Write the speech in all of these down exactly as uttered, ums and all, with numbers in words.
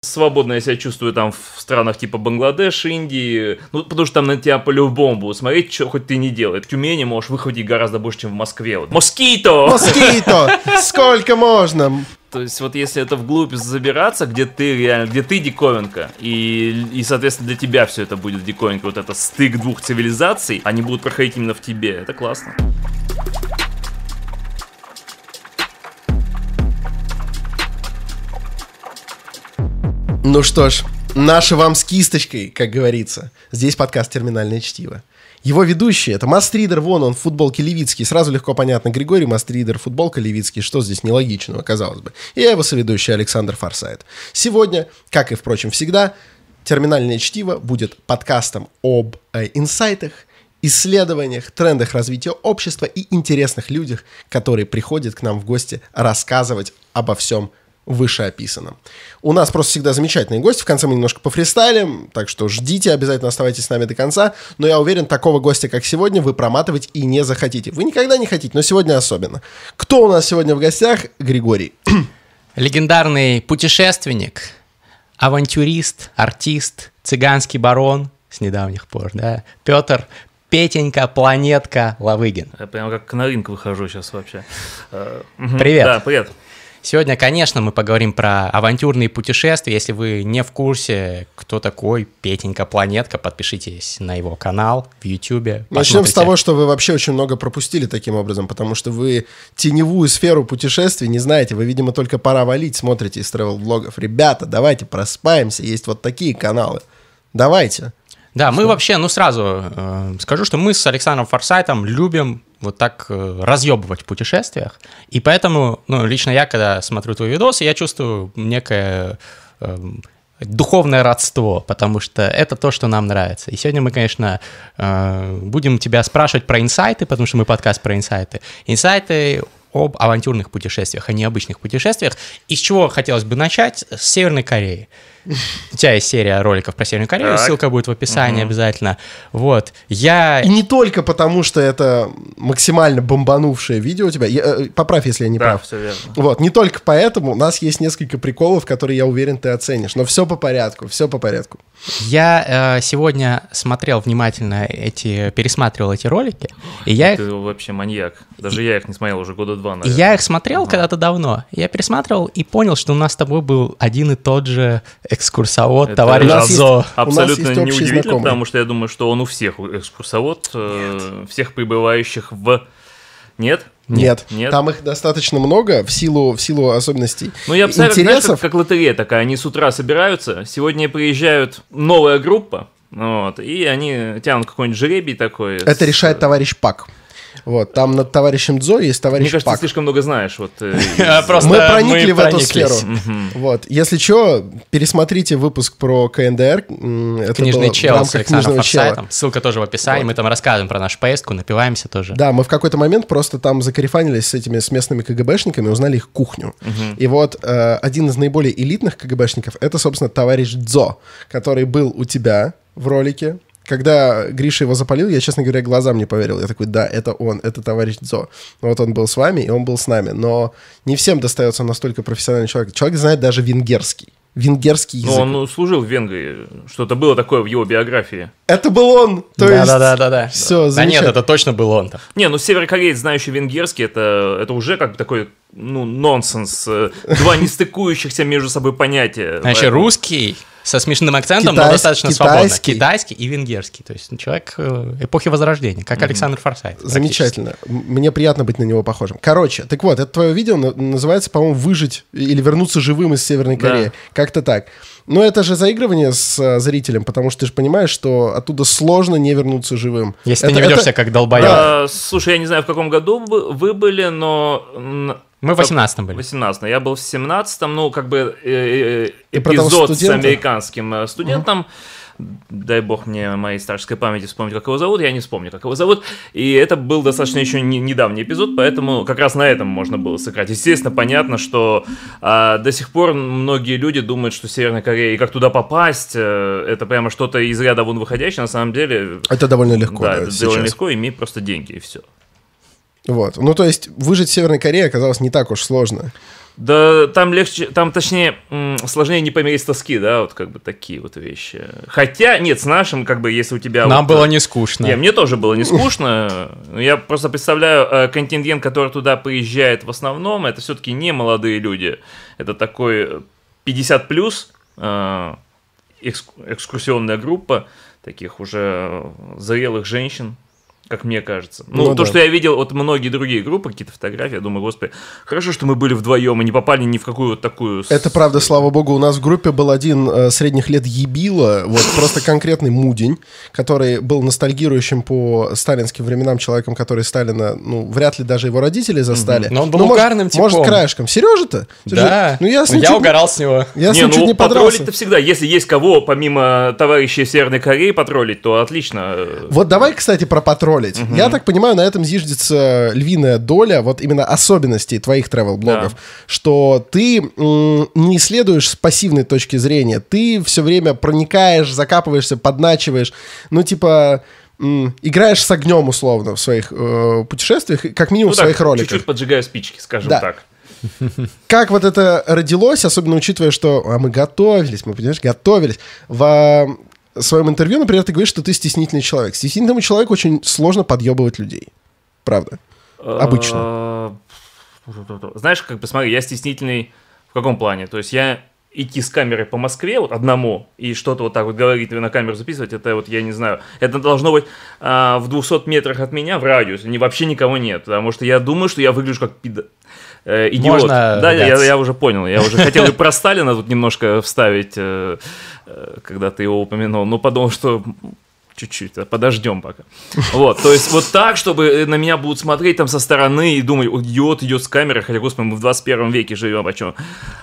Свободно я себя чувствую там в странах типа Бангладеш, Индии, ну, потому что там на тебя по-любому будут смотреть, что хоть ты не делай. В Тюмени можешь выходить гораздо больше, чем в Москве. Вот. Москито! Москито! Сколько можно? То есть вот если это вглубь забираться, где ты реально, где ты диковинка, и, и соответственно для тебя все это будет диковинка, вот это стык двух цивилизаций, они будут проходить именно в тебе, это классно. Ну что ж, наши вам с кисточкой, как говорится. Здесь подкаст «Терминальное чтиво». Его ведущий — это Мастридер, вон он в футболке Левицкий. Сразу легко понятно, Григорий Мастридер, футболка Левицкий. Что здесь нелогичного, казалось бы. И я его соведущий Александр Форсайт. Сегодня, как и, впрочем, всегда, «Терминальное чтиво» будет подкастом об э, инсайтах, исследованиях, трендах развития общества и интересных людях, которые приходят к нам в гости рассказывать обо всем вышеописанном. У нас просто всегда замечательные гости. В конце мы немножко пофристайлим, так что ждите, обязательно оставайтесь с нами до конца. Но я уверен, такого гостя, как сегодня, вы проматывать и не захотите. Вы никогда не хотите, но сегодня особенно. Кто у нас сегодня в гостях? Григорий. Легендарный путешественник, авантюрист, артист, цыганский барон с недавних пор, да, Петр Петенька, планетка Лавыгин. Я прям как на рынок выхожу сейчас вообще. Привет. Да, привет. Сегодня, конечно, мы поговорим про авантюрные путешествия. Если вы не в курсе, кто такой Петенька Планетка, подпишитесь на его канал в Ютубе. Начнем с того, что вы вообще очень много пропустили таким образом, потому что вы теневую сферу путешествий не знаете. Вы, видимо, только «Пора валить» смотрите из тревел-влогов. Ребята, давайте проспаемся, есть вот такие каналы. Давайте. Да, что? Мы вообще, ну сразу э, скажу, что мы с Александром Форсайтом любим вот так э, разъебывать в путешествиях, и поэтому, ну, лично я, когда смотрю твои видосы, я чувствую некое э, духовное родство, потому что это то, что нам нравится. И сегодня мы, конечно, э, будем тебя спрашивать про инсайты, потому что мы подкаст про инсайты. Инсайты об авантюрных путешествиях, о необычных путешествиях. Из чего хотелось бы начать? С Северной Кореи. У тебя есть серия роликов про Северную Корею, так. Ссылка будет в описании угу. обязательно. Вот, я... И не только потому, что это максимально бомбанувшее видео у тебя. Я, поправь, если я не да, прав. Все верно. Вот, не только поэтому. У нас есть несколько приколов, которые, я уверен, ты оценишь. Но все по порядку, все по порядку. Я э, сегодня смотрел внимательно эти, пересматривал эти ролики, и я Ты их... вообще маньяк. Даже и... я их не смотрел уже года два, наверное. Я их смотрел ага. когда-то давно. Я пересматривал и понял, что у нас с тобой был один и тот же экскурсовод, это товарищ Зо. Абсолютно неудивительно, знакомый. Потому что я думаю, что он у всех экскурсовод, э, всех прибывающих в... Нет? Нет. Нет, там их достаточно много в силу, в силу особенностей. Ну, я представляю, интересов. Знаешь, как, как лотерея такая, они с утра собираются, сегодня приезжают новая группа, вот, и они тянут какой-нибудь жребий такой. Это с... решает товарищ Пак. Вот, там над товарищем Дзо есть товарищ Мне кажется, Пак. ты слишком много знаешь. Вот, мы проникли в эту сферу. Вот, если что, пересмотрите выпуск про КНДР. Книжный чел с Александром Форсайтом. Ссылка тоже в описании. Мы там рассказываем про нашу поездку, напиваемся тоже. Да, мы в какой-то момент просто там закарифанились с этими с местными КГБшниками, узнали их кухню. И вот один из наиболее элитных КГБшников — это, собственно, товарищ Дзо, который был у тебя в ролике. Когда Гриша его запалил, я, честно говоря, глазам не поверил. Я такой, да, это он, это товарищ Дзо. Вот он был с вами, и он был с нами. Но не всем достается настолько профессиональный человек. Человек знает даже венгерский. Венгерский язык. Ну, он служил в Венгрии. Что-то было такое в его биографии. Это был он! То да, есть... да, да, да, да. Все, да нет, это точно был он. -то. Не, ну северокореец, знающий венгерский, это, это уже как бы такой, ну, нонсенс. Два нестыкующихся между собой понятия. Значит, поэтому... русский... Со смешанным акцентом, Китайский, но достаточно свободно. китайский. Китайский и венгерский. То есть человек эпохи Возрождения, как mm-hmm. Александр Форсайт. Замечательно. Мне приятно быть на него похожим. Короче, так вот, это твое видео называется, по-моему, «Выжить или вернуться живым из Северной Кореи». Да. Как-то так. Но это же заигрывание с зрителем, потому что ты же понимаешь, что оттуда сложно не вернуться живым. Если это, ты не ведешься это... как долбоёб. Да, слушай, я не знаю, в каком году вы были, но... Мы в восемнадцатом были. В восемнадцатом. Я был в семнадцатом, ну, как бы э, э, эпизод с американским студентом. Uh-huh. Дай бог мне моей старческой памяти вспомнить, как его зовут. Я не вспомню, как его зовут. И это был достаточно еще не, недавний эпизод, поэтому как раз на этом можно было сыграть. Естественно, понятно, что э, до сих пор многие люди думают, что Северная Корея, и как туда попасть, э, это прямо что-то из ряда вон выходящее. На самом деле... Это довольно легко. Да, да, это сейчас. довольно легко, имей просто деньги, и все. Вот. Ну, то есть, выжить в Северной Корее оказалось не так уж сложно. Да, там легче, там точнее, сложнее не помереть с тоски, да, вот как бы такие вот вещи. Хотя, нет, с нашим, как бы, если у тебя... Нам вот, было не скучно. Не, мне тоже было не скучно. Я просто представляю контингент, который туда приезжает в основном, это все-таки не молодые люди. Это такой пятьдесят плюс экскурсионная группа таких уже зрелых женщин, как мне кажется. Ну, ну то, да. что я видел, вот многие другие группы, какие-то фотографии, я думаю, господи, хорошо, что мы были вдвоем и не попали ни в какую вот такую... Это правда, слава богу, у нас в группе был один э, средних лет ебила, вот просто конкретный мудень, который был ностальгирующим по сталинским временам человеком, который Сталина, ну, вряд ли даже его родители застали. Но он был ну, угарным типом. Может, краешком. Сережа-то? Да, ну, я, с ним я чуть... угорал с него. Я не, с ним ну, чуть не подрался. Потроллить-то всегда, если есть кого, помимо товарищей Северной Кореи, потроллить, то отлично. Вот давай, кстати, про потроллить. Угу. Я так понимаю, на этом зиждется львиная доля вот именно особенностей твоих travel-блогов, да. что ты м, не исследуешь с пассивной точки зрения, ты все время проникаешь, закапываешься, подначиваешь, ну типа м, играешь с огнем условно в своих э, путешествиях, как минимум ну, в своих так, роликах. Чуть-чуть поджигаю спички, скажем да. так. Как вот это родилось, особенно учитывая, что а мы готовились, мы, понимаешь, готовились. В в своем интервью, например, ты говоришь, что ты стеснительный человек. Стеснительному человеку очень сложно подъебывать людей. Правда. Обычно. Знаешь, как бы, смотри, я стеснительный в каком плане? То есть я идти с камерой по Москве вот одному и что-то вот так вот говорить, на камеру записывать, это вот, я не знаю, это должно быть а, в двухстах метрах от меня в радиусе, вообще никого нет, потому что я думаю, что я выгляжу как пидор. Э, идиот. Можно да, я, я уже понял. Я уже хотел и про Сталина тут немножко вставить, э, э, когда ты его упомянул, но подумал, что чуть-чуть, подождем пока. Вот, то есть вот так, чтобы на меня будут смотреть там со стороны и думать, идиот идет с камерой, хотя, господи, мы в двадцать первом веке живем, о чем.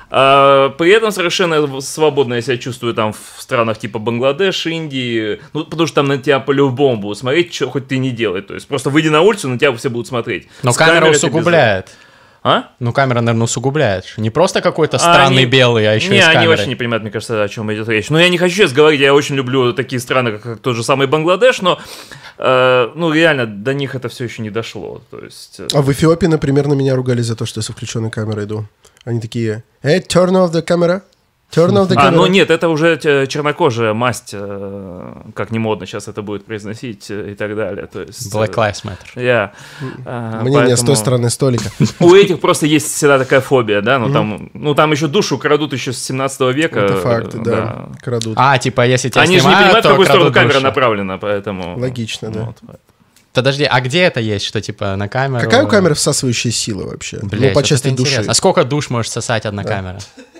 А, при этом совершенно свободно я себя чувствую там в странах типа Бангладеш, Индии, ну, потому что там на тебя по-любому будут смотреть, что хоть ты не делай. То есть просто выйди на улицу, на тебя все будут смотреть. Но с камера усугубляет. А? Ну, камера, наверное, усугубляет. Не просто какой-то странный а они... белый, а еще не, и с камерой. Не, они вообще не понимают, мне кажется, о чем идет речь. Но я не хочу сейчас говорить, я очень люблю такие страны, как, как тот же самый Бангладеш, но, э, ну, реально, до них это все еще не дошло. То есть, э... А в Эфиопии, например, на меня ругались за то, что я со включенной камерой иду. Они такие, hey, turn off the camera. Turn off the camera. А, ну нет, это уже чернокожая масть, как не модно сейчас это будет произносить и так далее. То есть, Black Lives Matter. Yeah. Мнение поэтому... с той стороны столика. У этих просто есть всегда такая фобия, да, ну, mm-hmm. там, ну там еще душу крадут еще с семнадцатого века. Это факт, да, да, крадут. А, типа, если тебя Они снимают, же не понимают, в какую сторону душу. камера направлена, поэтому... Логично, да. Вот. Подожди, а где это есть, что типа на камеру... Какая у камеры всасывающая сила вообще? Блять, ну, по части души. Интересно. А сколько душ может сосать одна да. камера?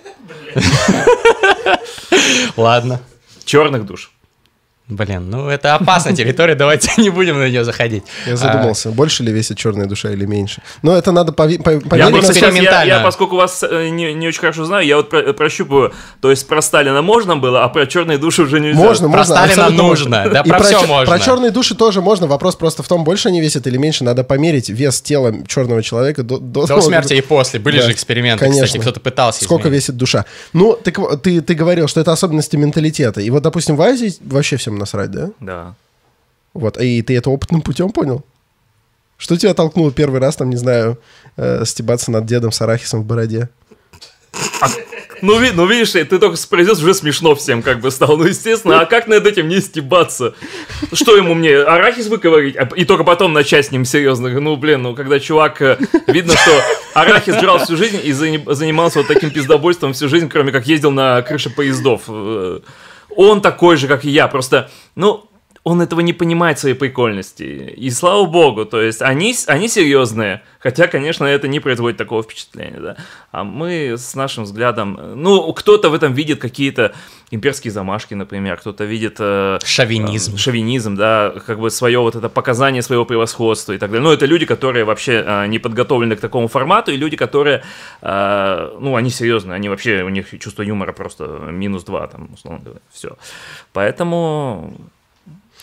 Ладно. Черных душ. Блин, ну это опасная территория, давайте не будем на нее заходить. Я задумался, а... больше ли весит черная душа или меньше. Но это надо поверить. Я, я, я, поскольку вас не, не очень хорошо знаю, я вот про, прощупываю, то есть про Сталина можно было, а про черные души уже нельзя. Можно, про можно. Сталина нужно, да, про, про все можно. Про черные души тоже можно, вопрос просто в том, больше они весят или меньше, надо померить вес тела черного человека до, до, до смерти и после, были да, же эксперименты, конечно. Кстати, кто-то пытался Сколько изменить. Весит душа. Ну, ты, ты, ты говорил, что это особенности менталитета, и вот, допустим, в Азии вообще всем насрать, да? Да. Вот, и ты это опытным путем понял? Что тебя толкнуло первый раз, там, не знаю, э, стебаться над дедом с арахисом в бороде? А, ну, ви, ну, видишь, ты только произнес, уже смешно всем как бы стало. Ну, естественно, а как над этим не стебаться? Что ему мне, арахис выковырить? И только потом начать с ним серьезно. Ну, блин, ну, когда чувак, видно, что арахис жрал всю жизнь и занимался вот таким пиздобольством всю жизнь, кроме как ездил на крыше поездов. Он такой же, как и я, просто, ну... Он этого не понимает, своей прикольности. И слава богу, то есть они, они серьезные. Хотя, конечно, это не производит такого впечатления, да. А мы с нашим взглядом... Ну, кто-то в этом видит какие-то имперские замашки, например. Кто-то видит... Э, шовинизм. Э, шовинизм, да. Как бы свое вот это показание своего превосходства и так далее. Ну, это люди, которые вообще э, не подготовлены к такому формату. И люди, которые... Э, ну, они серьезные. Они вообще... У них чувство юмора просто минус два, там, условно говоря. Все. Поэтому...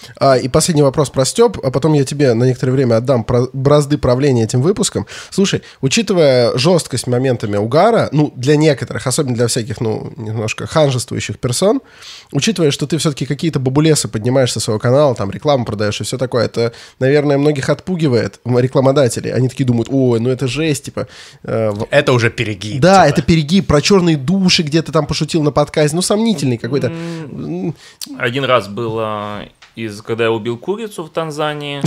А, и последний вопрос про Стёб, а потом я тебе на некоторое время отдам про бразды правления этим выпуском. Слушай, учитывая жесткость моментами угара, ну, для некоторых, особенно для всяких, ну, немножко ханжествующих персон, учитывая, что ты все-таки какие-то бабулесы поднимаешь со своего канала, там, рекламу продаешь и все такое, это, наверное, многих отпугивает рекламодателей. Они такие думают, ой, ну это жесть, типа... Э, это уже перегиб. Да, типа. Это перегиб, про черные души, где ты там пошутил на подкасте, ну, сомнительный какой-то. Один раз было... Из, когда я убил курицу в Танзании.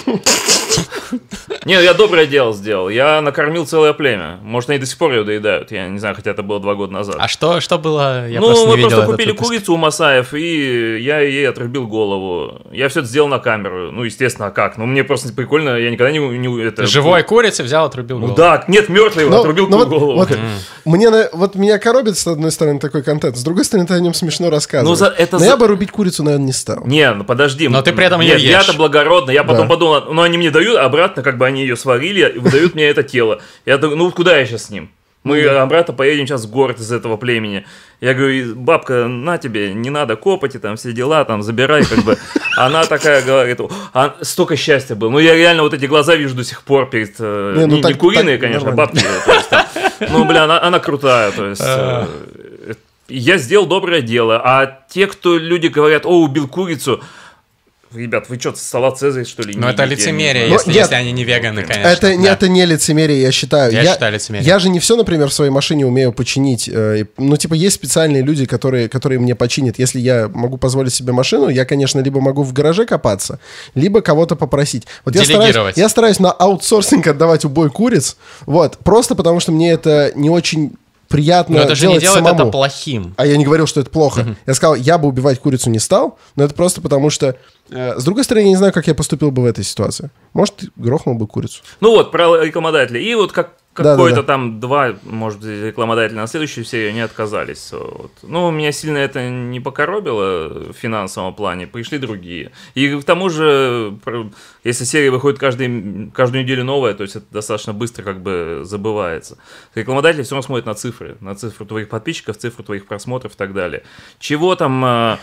Не, я доброе дело сделал. Я накормил целое племя. Может, они до сих пор ее доедают. Я не знаю, хотя это было два года назад. А что, что было? Я ну, просто не мы видел просто купили выпуск. курицу у Масаев, и я ей отрубил голову. Я все это сделал на камеру. Ну, естественно, а как? Ну, мне просто прикольно. Я никогда не... не это... Живой курицы взял, отрубил голову. Ну, да, нет, мертвый, но, отрубил но голову. Вот, вот, мне, вот меня коробит, с одной стороны, такой контент. С другой стороны, ты о нем смешно рассказываешь. Ну, за, это но за... я бы рубить курицу, наверное, не стал. Не, ну подожди. Но ты при этом Нет, ее ешь. я-то благородно. Я потом да. подумал, ну они мне дают, а обратно как бы они ее сварили и выдают мне это тело. Я думаю, ну куда я сейчас с ним? Мы mm-hmm. обратно поедем сейчас в город из этого племени. Я говорю, бабка, на тебе, не надо копать и там все дела, там забирай, как бы. Она такая говорит, а, столько счастья было. Ну я реально вот эти глаза вижу до сих пор перед... Не, ну, не, так, не куриные, так, конечно, нормально. Бабки. То есть, там, ну, бля, она, она крутая, то есть... Я сделал доброе дело, а те, кто люди говорят, о, убил курицу, ребят, вы что, салат Цезарь, что ли? Ну, это лицемерие, если, если они не веганы, конечно. Это, да. это не лицемерие, я считаю. Я, я считаю лицемерие. Я же не все, например, в своей машине умею починить. Ну, типа, есть специальные люди, которые, которые мне починят. Если я могу позволить себе машину, я, конечно, либо могу в гараже копаться, либо кого-то попросить. Вот я стараюсь, я стараюсь на аутсорсинг отдавать убой куриц, вот, просто потому что мне это не очень... приятно но это же делать не делает самому. Это плохим. А я не говорил, что это плохо. Uh-huh. Я сказал, я бы убивать курицу не стал, но это просто потому что... Э, с другой стороны, я не знаю, как я поступил бы в этой ситуации. Может, грохнул бы курицу. Ну вот, про рекламодателей. И вот как какой-то да, да, да. там два, может быть, рекламодателя на следующую серию не отказались. Вот. Ну, меня сильно это не покоробило в финансовом плане. Пришли другие. И к тому же, если серия выходит каждый, каждую неделю новая, то есть это достаточно быстро как бы забывается. Рекламодатели все равно смотрят на цифры. На цифру твоих подписчиков, цифру твоих просмотров и так далее. Чего там...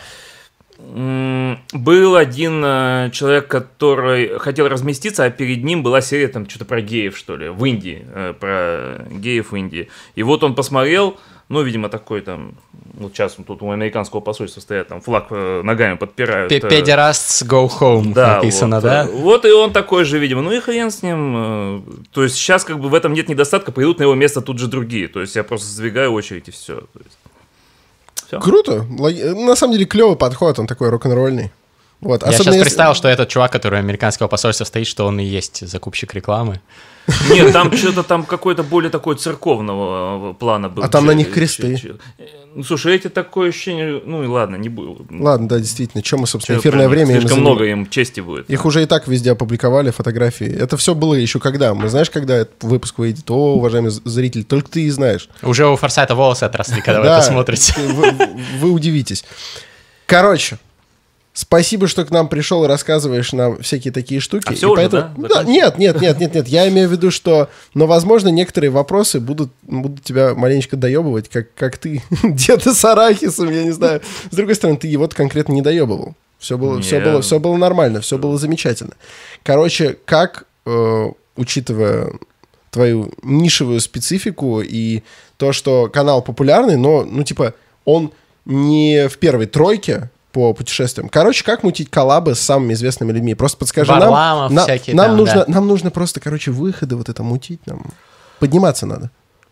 Был один э, человек, который хотел разместиться, а перед ним была серия там что-то про геев, что ли, в Индии, э, про геев в Индии. И вот он посмотрел, ну, видимо, такой там, вот сейчас тут у американского посольства стоят, там флаг э, ногами подпирают. Pederasts go home да, написано, вот, да? Вот и он такой же, видимо, ну и хрен с ним. То есть сейчас как бы в этом нет недостатка, придут на его место тут же другие. То есть я просто сдвигаю очередь и все. То есть... Все. Круто. На самом деле клевый подход, он такой рок-н-ролльный. Вот. Я сейчас если... представил, что этот чувак, который у американского посольства стоит, что он и есть закупщик рекламы. Нет, там что-то там какой-то более такой церковного плана был. А там на них кресты. Ну, слушай, эти такое ощущение, ну и ладно, не буду. Ладно, да, действительно, чем мы, собственно, эфирное время... Слишком много им чести будет. Их уже и так везде опубликовали, фотографии. Это все было еще когда? Мы знаешь, когда этот выпуск выйдет? О, уважаемый зритель, только ты и знаешь. Уже у Форсайта волосы отросли, когда вы это смотрите. Вы удивитесь. Короче, спасибо, что к нам пришел и рассказываешь нам всякие такие штуки. А все уже, поэтому... да? да? Нет, нет, нет, нет, нет. Я имею в виду, что, но, возможно, некоторые вопросы будут, будут тебя маленечко доебывать, как, как ты, где-то с арахисом, я не знаю. С другой стороны, ты его конкретно не доебывал. Все было, все было, все было нормально, все было замечательно. Короче, как, э, учитывая твою нишевую специфику и то, что канал популярный, но, ну, типа, он не в первой тройке по путешествиям. Короче, как мутить коллабы с самыми известными людьми? Просто подскажи Варламов, нам. всякие нам, там, нужно, да. нам нужно просто, короче, выходы вот это мутить. Нам. Подниматься надо.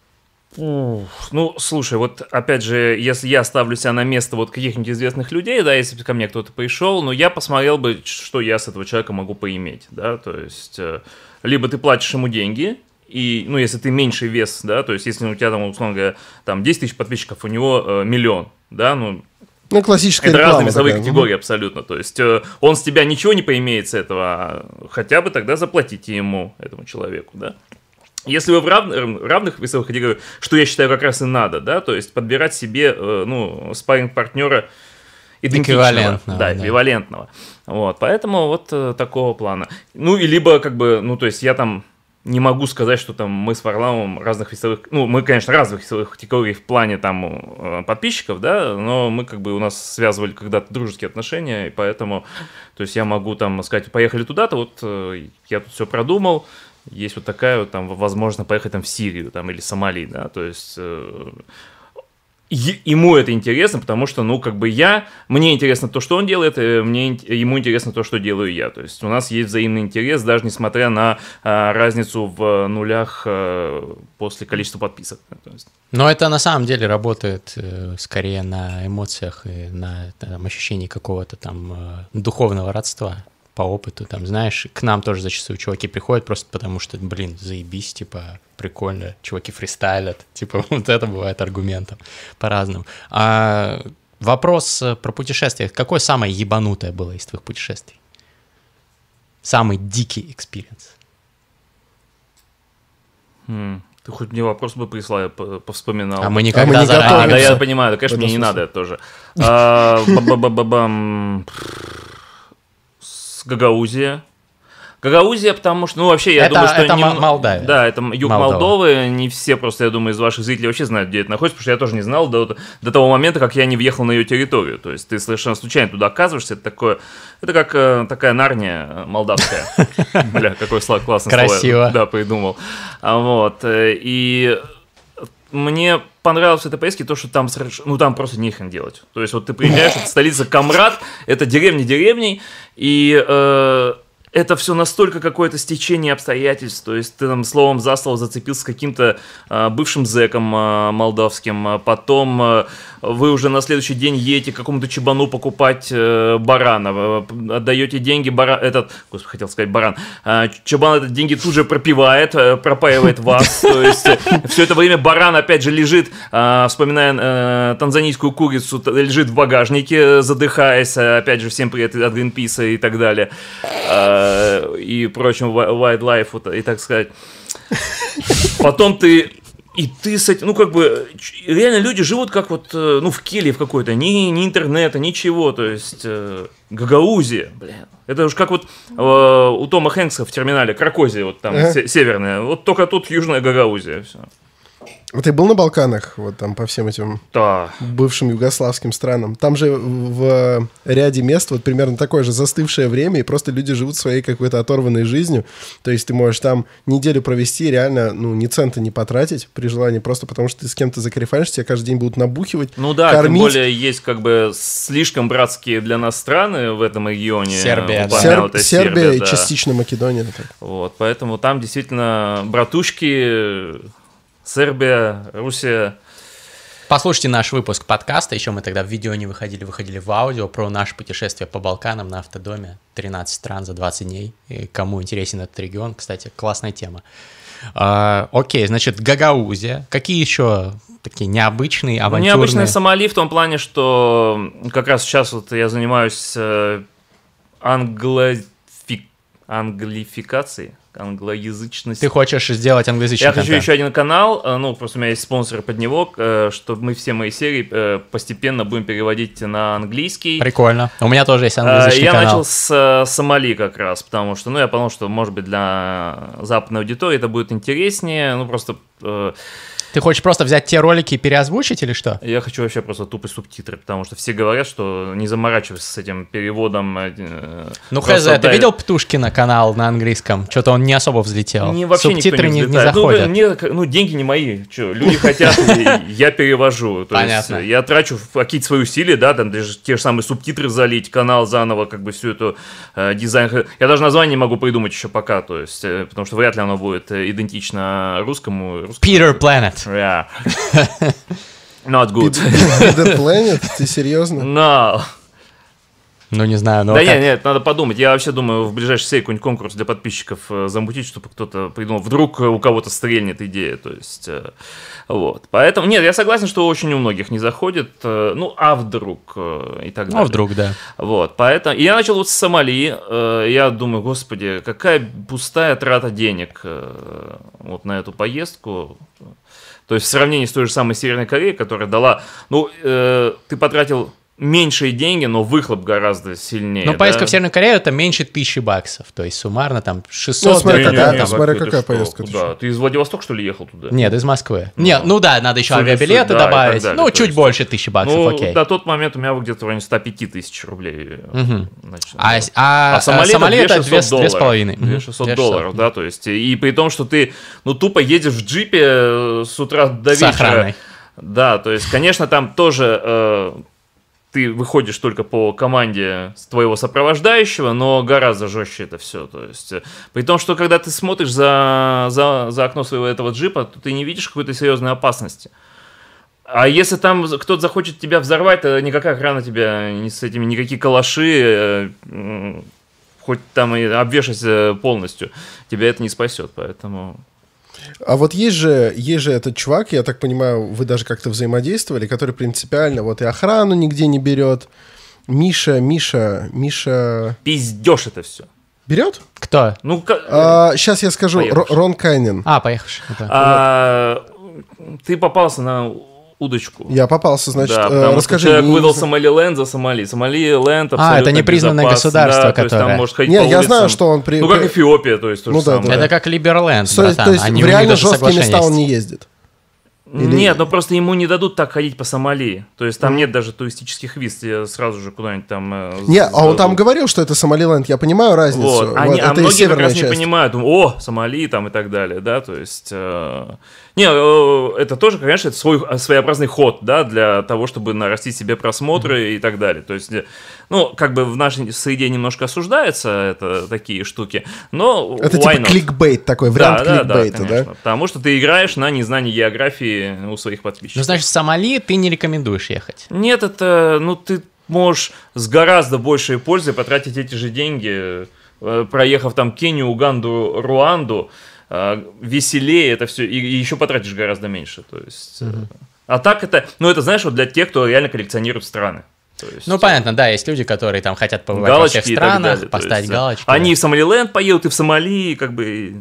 Ух, ну, слушай, вот опять же, если я ставлю себя на место вот каких-нибудь известных людей, да, если бы ко мне кто-то пришел, ну, я посмотрел бы, что я с этого человека могу поиметь, да, то есть, э, либо ты платишь ему деньги, и, ну, если ты меньший вес, да, то есть, если у тебя там, условно говоря, там десять тысяч подписчиков, у него э, миллион, да, ну, Ну, классическая это реклама разные весовые такая. категории абсолютно. То есть э, он с тебя ничего не поимеет с этого, а хотя бы тогда заплатите ему, этому человеку, да. Если вы в рав... равных весовых категориях, что я считаю как раз и надо, да, то есть подбирать себе, э, ну, спарринг-партнера идентичного, эквивалентного, да, да. эквивалентного. Вот, поэтому вот э, такого плана. Ну, и либо, как бы, ну, то есть я там не могу сказать, что там мы с Варламовым разных весовых... Ну, мы, конечно, разных весовых категорий в плане там подписчиков, да, но мы как бы у нас связывали когда-то дружеские отношения, и поэтому, то есть я могу там сказать, поехали туда-то, вот я тут все продумал, есть вот такая вот там, возможно, поехать там в Сирию там, или Сомали, да, то есть... Ему это интересно, потому что, ну, как бы я, мне интересно то, что он делает, мне, ему интересно то, что делаю я. То есть у нас есть взаимный интерес, даже несмотря на а, разницу в нулях а, после количества подписок. То есть. Но это на самом деле работает э, скорее на эмоциях и на там, ощущении какого-то там э, духовного родства. По опыту, там, знаешь, к нам тоже зачастую чуваки приходят просто потому, что, блин, заебись, типа, прикольно, чуваки фристайлят, типа, вот это бывает аргументом по-разному. А вопрос про путешествия. Какое самое ебанутое было из твоих путешествий? Самый дикий экспириенс? Hmm. Ты хоть мне вопрос бы прислал, я повспоминал. А мы никогда а мы заранее... А, да, я понимаю, да, конечно, мне не надо это тоже. Ба-ба-ба-бам... Гагаузия. Гагаузия, потому что, ну, вообще, я это, думаю, что... Это не... Молдавия. Да, это юг Молдова. Молдовы. Не все просто, я думаю, из ваших зрителей вообще знают, где это находится, потому что я тоже не знал до, до того момента, как я не въехал на ее территорию. То есть ты совершенно случайно туда оказываешься. Это такое... Это как э, такая Нарния молдавская. Бля, какой классный слово. Красиво. Да, придумал. Вот. И... Мне понравилось в этой поездке то, что там, ну, там просто нехрен делать. То есть вот ты приезжаешь, это столица Камрад, это деревня деревней, и э, это все настолько какое-то стечение обстоятельств. То есть ты там словом за слово зацепился с каким-то э, бывшим зэком э, молдавским, потом э, вы уже на следующий день едете к какому-то чебану покупать э, барана, отдаете деньги, баран, этот, господи, хотел сказать баран, э, чебан этот деньги тут же пропивает, э, пропаивает вас, то есть э, все это время баран опять же лежит, э, вспоминая э, танзанийскую курицу, лежит в багажнике, задыхаясь, опять же всем привет от Гринписа и так далее, э, и прочим wildlife, и так сказать. Потом ты... И ты с этим, ну, как бы, реально люди живут как вот, ну, в келье в какой-то, ни, ни интернета, ничего, то есть, э, Гагаузия, блин. Это уж как вот э, у Тома Хэнкса в «Терминале», Кракозия, вот там, ага. северная, вот только тут южная Гагаузия, все. А ты был на Балканах, вот там по всем этим да. бывшим югославским странам? Там же в ряде мест вот примерно такое же застывшее время, и просто люди живут своей какой-то оторванной жизнью. То есть ты можешь там неделю провести, реально, ну, ни цента не потратить при желании, просто потому что ты с кем-то закарифанишься, тебя каждый день будут набухивать, ну да, кормить. Тем более есть как бы слишком братские для нас страны в этом регионе. Сербия, да. Серб, Сербия, Сербия и да. частично Македония. Так. Вот, поэтому там действительно братушки... Сербия, Руссия. Послушайте наш выпуск подкаста, еще мы тогда в видео не выходили, выходили в аудио, про наше путешествие по Балканам на автодоме, тринадцать стран за двадцать дней. И кому интересен этот регион, кстати, классная тема. А, окей, значит, Гагаузия. Какие еще такие необычные, авантюрные? Необычные Сомали в том плане, что как раз сейчас вот я занимаюсь англофи... англификацией. Англоязычность. Ты хочешь сделать англоязычный Я контент? хочу еще один канал, ну, просто у меня есть спонсор под него, чтобы мы все мои серии постепенно будем переводить на английский. Прикольно. У меня тоже есть англоязычный я канал. Я начал с Сомали как раз, потому что, ну, я подумал, что, может быть, для западной аудитории это будет интереснее, ну, просто... Ты хочешь просто взять те ролики и переозвучить или что? Я хочу вообще просто тупые субтитры, потому что все говорят, что не заморачивайся с этим переводом. Ну, хз, дай... ты видел Птушкина канал на английском? Что-то он не особо взлетел. Не, вообще Субтитры не, не, не заходят. Ну, мне, ну, деньги не мои. Что, люди хотят, я перевожу. То Понятно. Есть я трачу какие-то свои усилия, да, там даже те же самые субтитры залить, канал заново, как бы всю эту э, дизайн. Я даже название не могу придумать еще пока, то есть, э, потому что вряд ли оно будет идентично русскому. русскому. Peter Planet. Yeah. Not good. The Planet? Ты серьезно? No. Ну, не знаю, но... Да как... нет, нет, надо подумать. Я вообще думаю, в ближайшей серии какой-нибудь конкурс для подписчиков замутить, чтобы кто-то придумал. Вдруг у кого-то стрельнет идея, то есть... Вот. Поэтому, нет, я согласен, что очень у многих не заходит. Ну, а вдруг и так далее. А вдруг, да. Вот, поэтому... И я начал вот с Сомали. Я думаю, господи, какая пустая трата денег вот на эту поездку. То есть в сравнении с той же самой Северной Кореей, которая дала... Ну, э, ты потратил меньшие деньги, но выхлоп гораздо сильнее. Ну, поездка да? в Северную Корею — это меньше тысячи баксов, то есть суммарно там шестьсот. Ну, смотри, Не, не, какая, не, да, смотря ты какая что, поездка. Куда? Ты из Владивостока, что ли, ехал туда? Нет, из Москвы. Ну, Нет, ну да, надо еще авиабилеты да, добавить. далее, Ну, чуть есть, больше тысячи баксов, ну, окей. на тот момент у меня где-то в районе сто пять тысяч рублей. Угу. Значит, А, ну. а, А Сомали, Сомали это две шестьсот с половиной. две тысячи шестьсот долларов, да, то есть, и при том, что ты, ну, тупо едешь в джипе с утра до С вечера. охраной. Да, то есть, конечно, там тоже э, ты выходишь только по команде твоего сопровождающего, но гораздо жестче это все. То есть, э, при том, что когда ты смотришь за, за, за окно своего этого джипа, то ты не видишь какой-то серьезной опасности. А если там кто-то захочет тебя взорвать, то никакая охрана тебя не с этими, никакие калаши, э, хоть там и обвешайся полностью, тебя это не спасет, поэтому... А вот есть же, есть же этот чувак, я так понимаю, вы даже как-то взаимодействовали, который принципиально вот и охрану нигде не берет. Миша, Миша, Миша... Пиздешь это все. Берет? Кто? Ну, как... А, сейчас я скажу. Р- Поехавший. Рон Кайнин. А, поехавший. А, ты попался на удочку. Я попался, значит, да, э, потому расскажи. что человек мне выдал не знаю. Сомалиленд за Сомали. Сомалиленд абсолютно А, это непризнанное безопасно, государство, да, то есть которое- там может ходить Не, по я улицам. знаю, что он при- Ну, как при- Эфиопия, то есть то Ну же да, самое. да. Это как Либерленд, То есть, братан. то есть Они, в у них реально даже жесткие соглашение места он есть. не ездит. Или- Нет, ну просто ему не дадут так ходить по Сомали. То есть там нет даже туристических виз, тебе сразу же куда-нибудь там... э, Не, а он сдадут. там говорил, что это Сомалиленд, я понимаю разницу. Вот. Вот, Они, а это и многие как северная раз не часть. понимают, думают, о, Сомали там и так далее, да, то есть... э, Не, э, это тоже, конечно, это свой своеобразный ход, да, для того, чтобы нарастить себе просмотры mm-hmm. и так далее. То есть, э, ну, как бы в нашей среде немножко осуждается это, такие штуки, но Это why типа not? кликбейт такой, вариант да, кликбейта, да, да? конечно, потому что ты играешь на незнании географии у своих подписчиков. Ну, значит, в Сомали ты не рекомендуешь ехать. Нет, это, ну, ты можешь с гораздо большей пользой потратить эти же деньги, э, проехав там Кению, Уганду, Руанду, э, веселее это все, и, и еще потратишь гораздо меньше, то есть... Угу. А так это, ну, это, знаешь, вот для тех, кто реально коллекционирует страны. То есть, Ну, понятно, да, есть люди, которые там хотят побывать галочки во всех и так странах, далее, поставить есть, галочки. Они да. в Сомалиленд поедут, и в Сомали, как бы...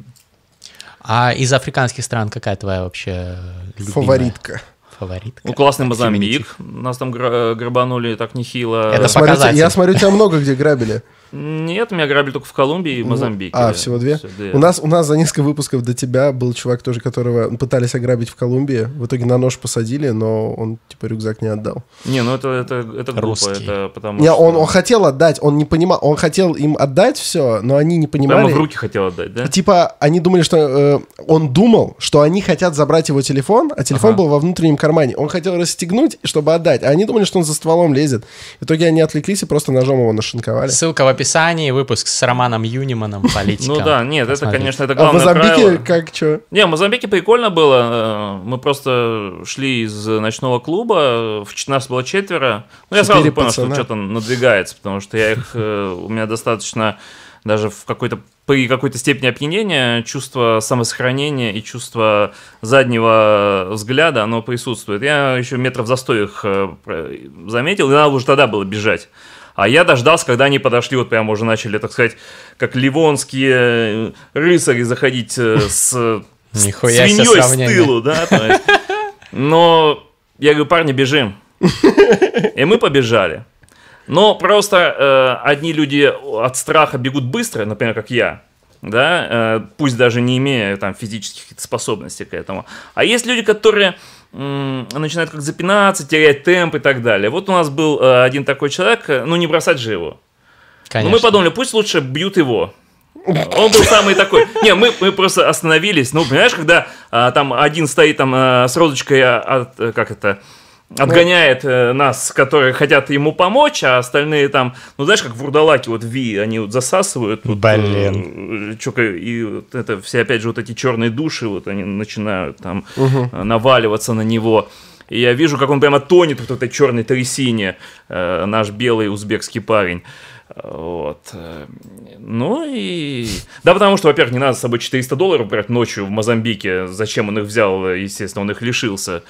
А из африканских стран какая твоя вообще любимая? Фаворитка. Фаворитка. Ну, классный Мозамбик. Феминитив. Нас там гра- грабанули так нехило. Это Я смотрю, показатель. я смотрю, тебя много где грабили. Нет, меня грабили только в Колумбии и в Мозамбике. А, всего две? Всё, да. У нас, у нас за несколько выпусков до тебя был чувак тоже, которого пытались ограбить в Колумбии. В итоге на нож посадили, но он типа рюкзак не отдал. Не, ну это, это, это глупо, Русский. это потому Не, что... он, он хотел отдать, он не понимал, он хотел им отдать все, но они не понимали. Прямо в руки хотел отдать, да? Типа, они думали, что... э, он думал, что они хотят забрать его телефон, а телефон Ага. был во внутреннем кармане. Он хотел расстегнуть, чтобы отдать, а они думали, что он за стволом лезет. В итоге они отвлеклись и просто ножом его нашинковали. Ссылка в описании, выпуск с Романом Юниманом, политиком. Ну да, нет, это, Посмотрите. конечно, это А в главное Мозамбике правило. как, что? Не, в Мозамбике прикольно было. Мы просто шли из ночного клуба, в нас было четверо. Ну, я Четыре сразу понял, пацана. что что-то надвигается, потому что я их, э, у меня достаточно даже в какой-то при какой-то степени опьянения чувство самосохранения и чувство заднего взгляда, оно присутствует. Я еще метров за сто их э, про- заметил, и надо уже тогда было бежать. А я дождался, когда они подошли, вот прямо уже начали, так сказать, как ливонские рыцари заходить э, с, с Нихуя себе свиньей с сравнение. тылу, да, то есть. Но я говорю, парни, бежим. И мы побежали. Но просто э, одни люди от страха бегут быстро, например, как я, да, э, пусть даже не имея там физических способностей к этому. А есть люди, которые м, начинают как запинаться, терять темп и так далее. Вот у нас был э, один такой человек, э, ну не бросать же его. Конечно. Но мы подумали, пусть лучше бьют его. Он был самый такой. Не, мы, мы просто остановились. Ну, понимаешь, когда а, там один стоит там а, с розочкой, а, от, э, как это, отгоняет э, нас, которые хотят ему помочь, а остальные там, ну, знаешь, как вурдалаки, вот Ви, они вот засасывают. Вот, Блин. э, чё-ка, и вот это все, опять же, вот эти черные души, вот они начинают там э, наваливаться на него. И я вижу, как он прямо тонет вот в этой черной трясине, э, наш белый узбекский парень. Вот. Ну и... Да, потому что, во-первых, не надо с собой четыреста долларов брать ночью в Мозамбике. Зачем он их взял? Естественно, он их лишился.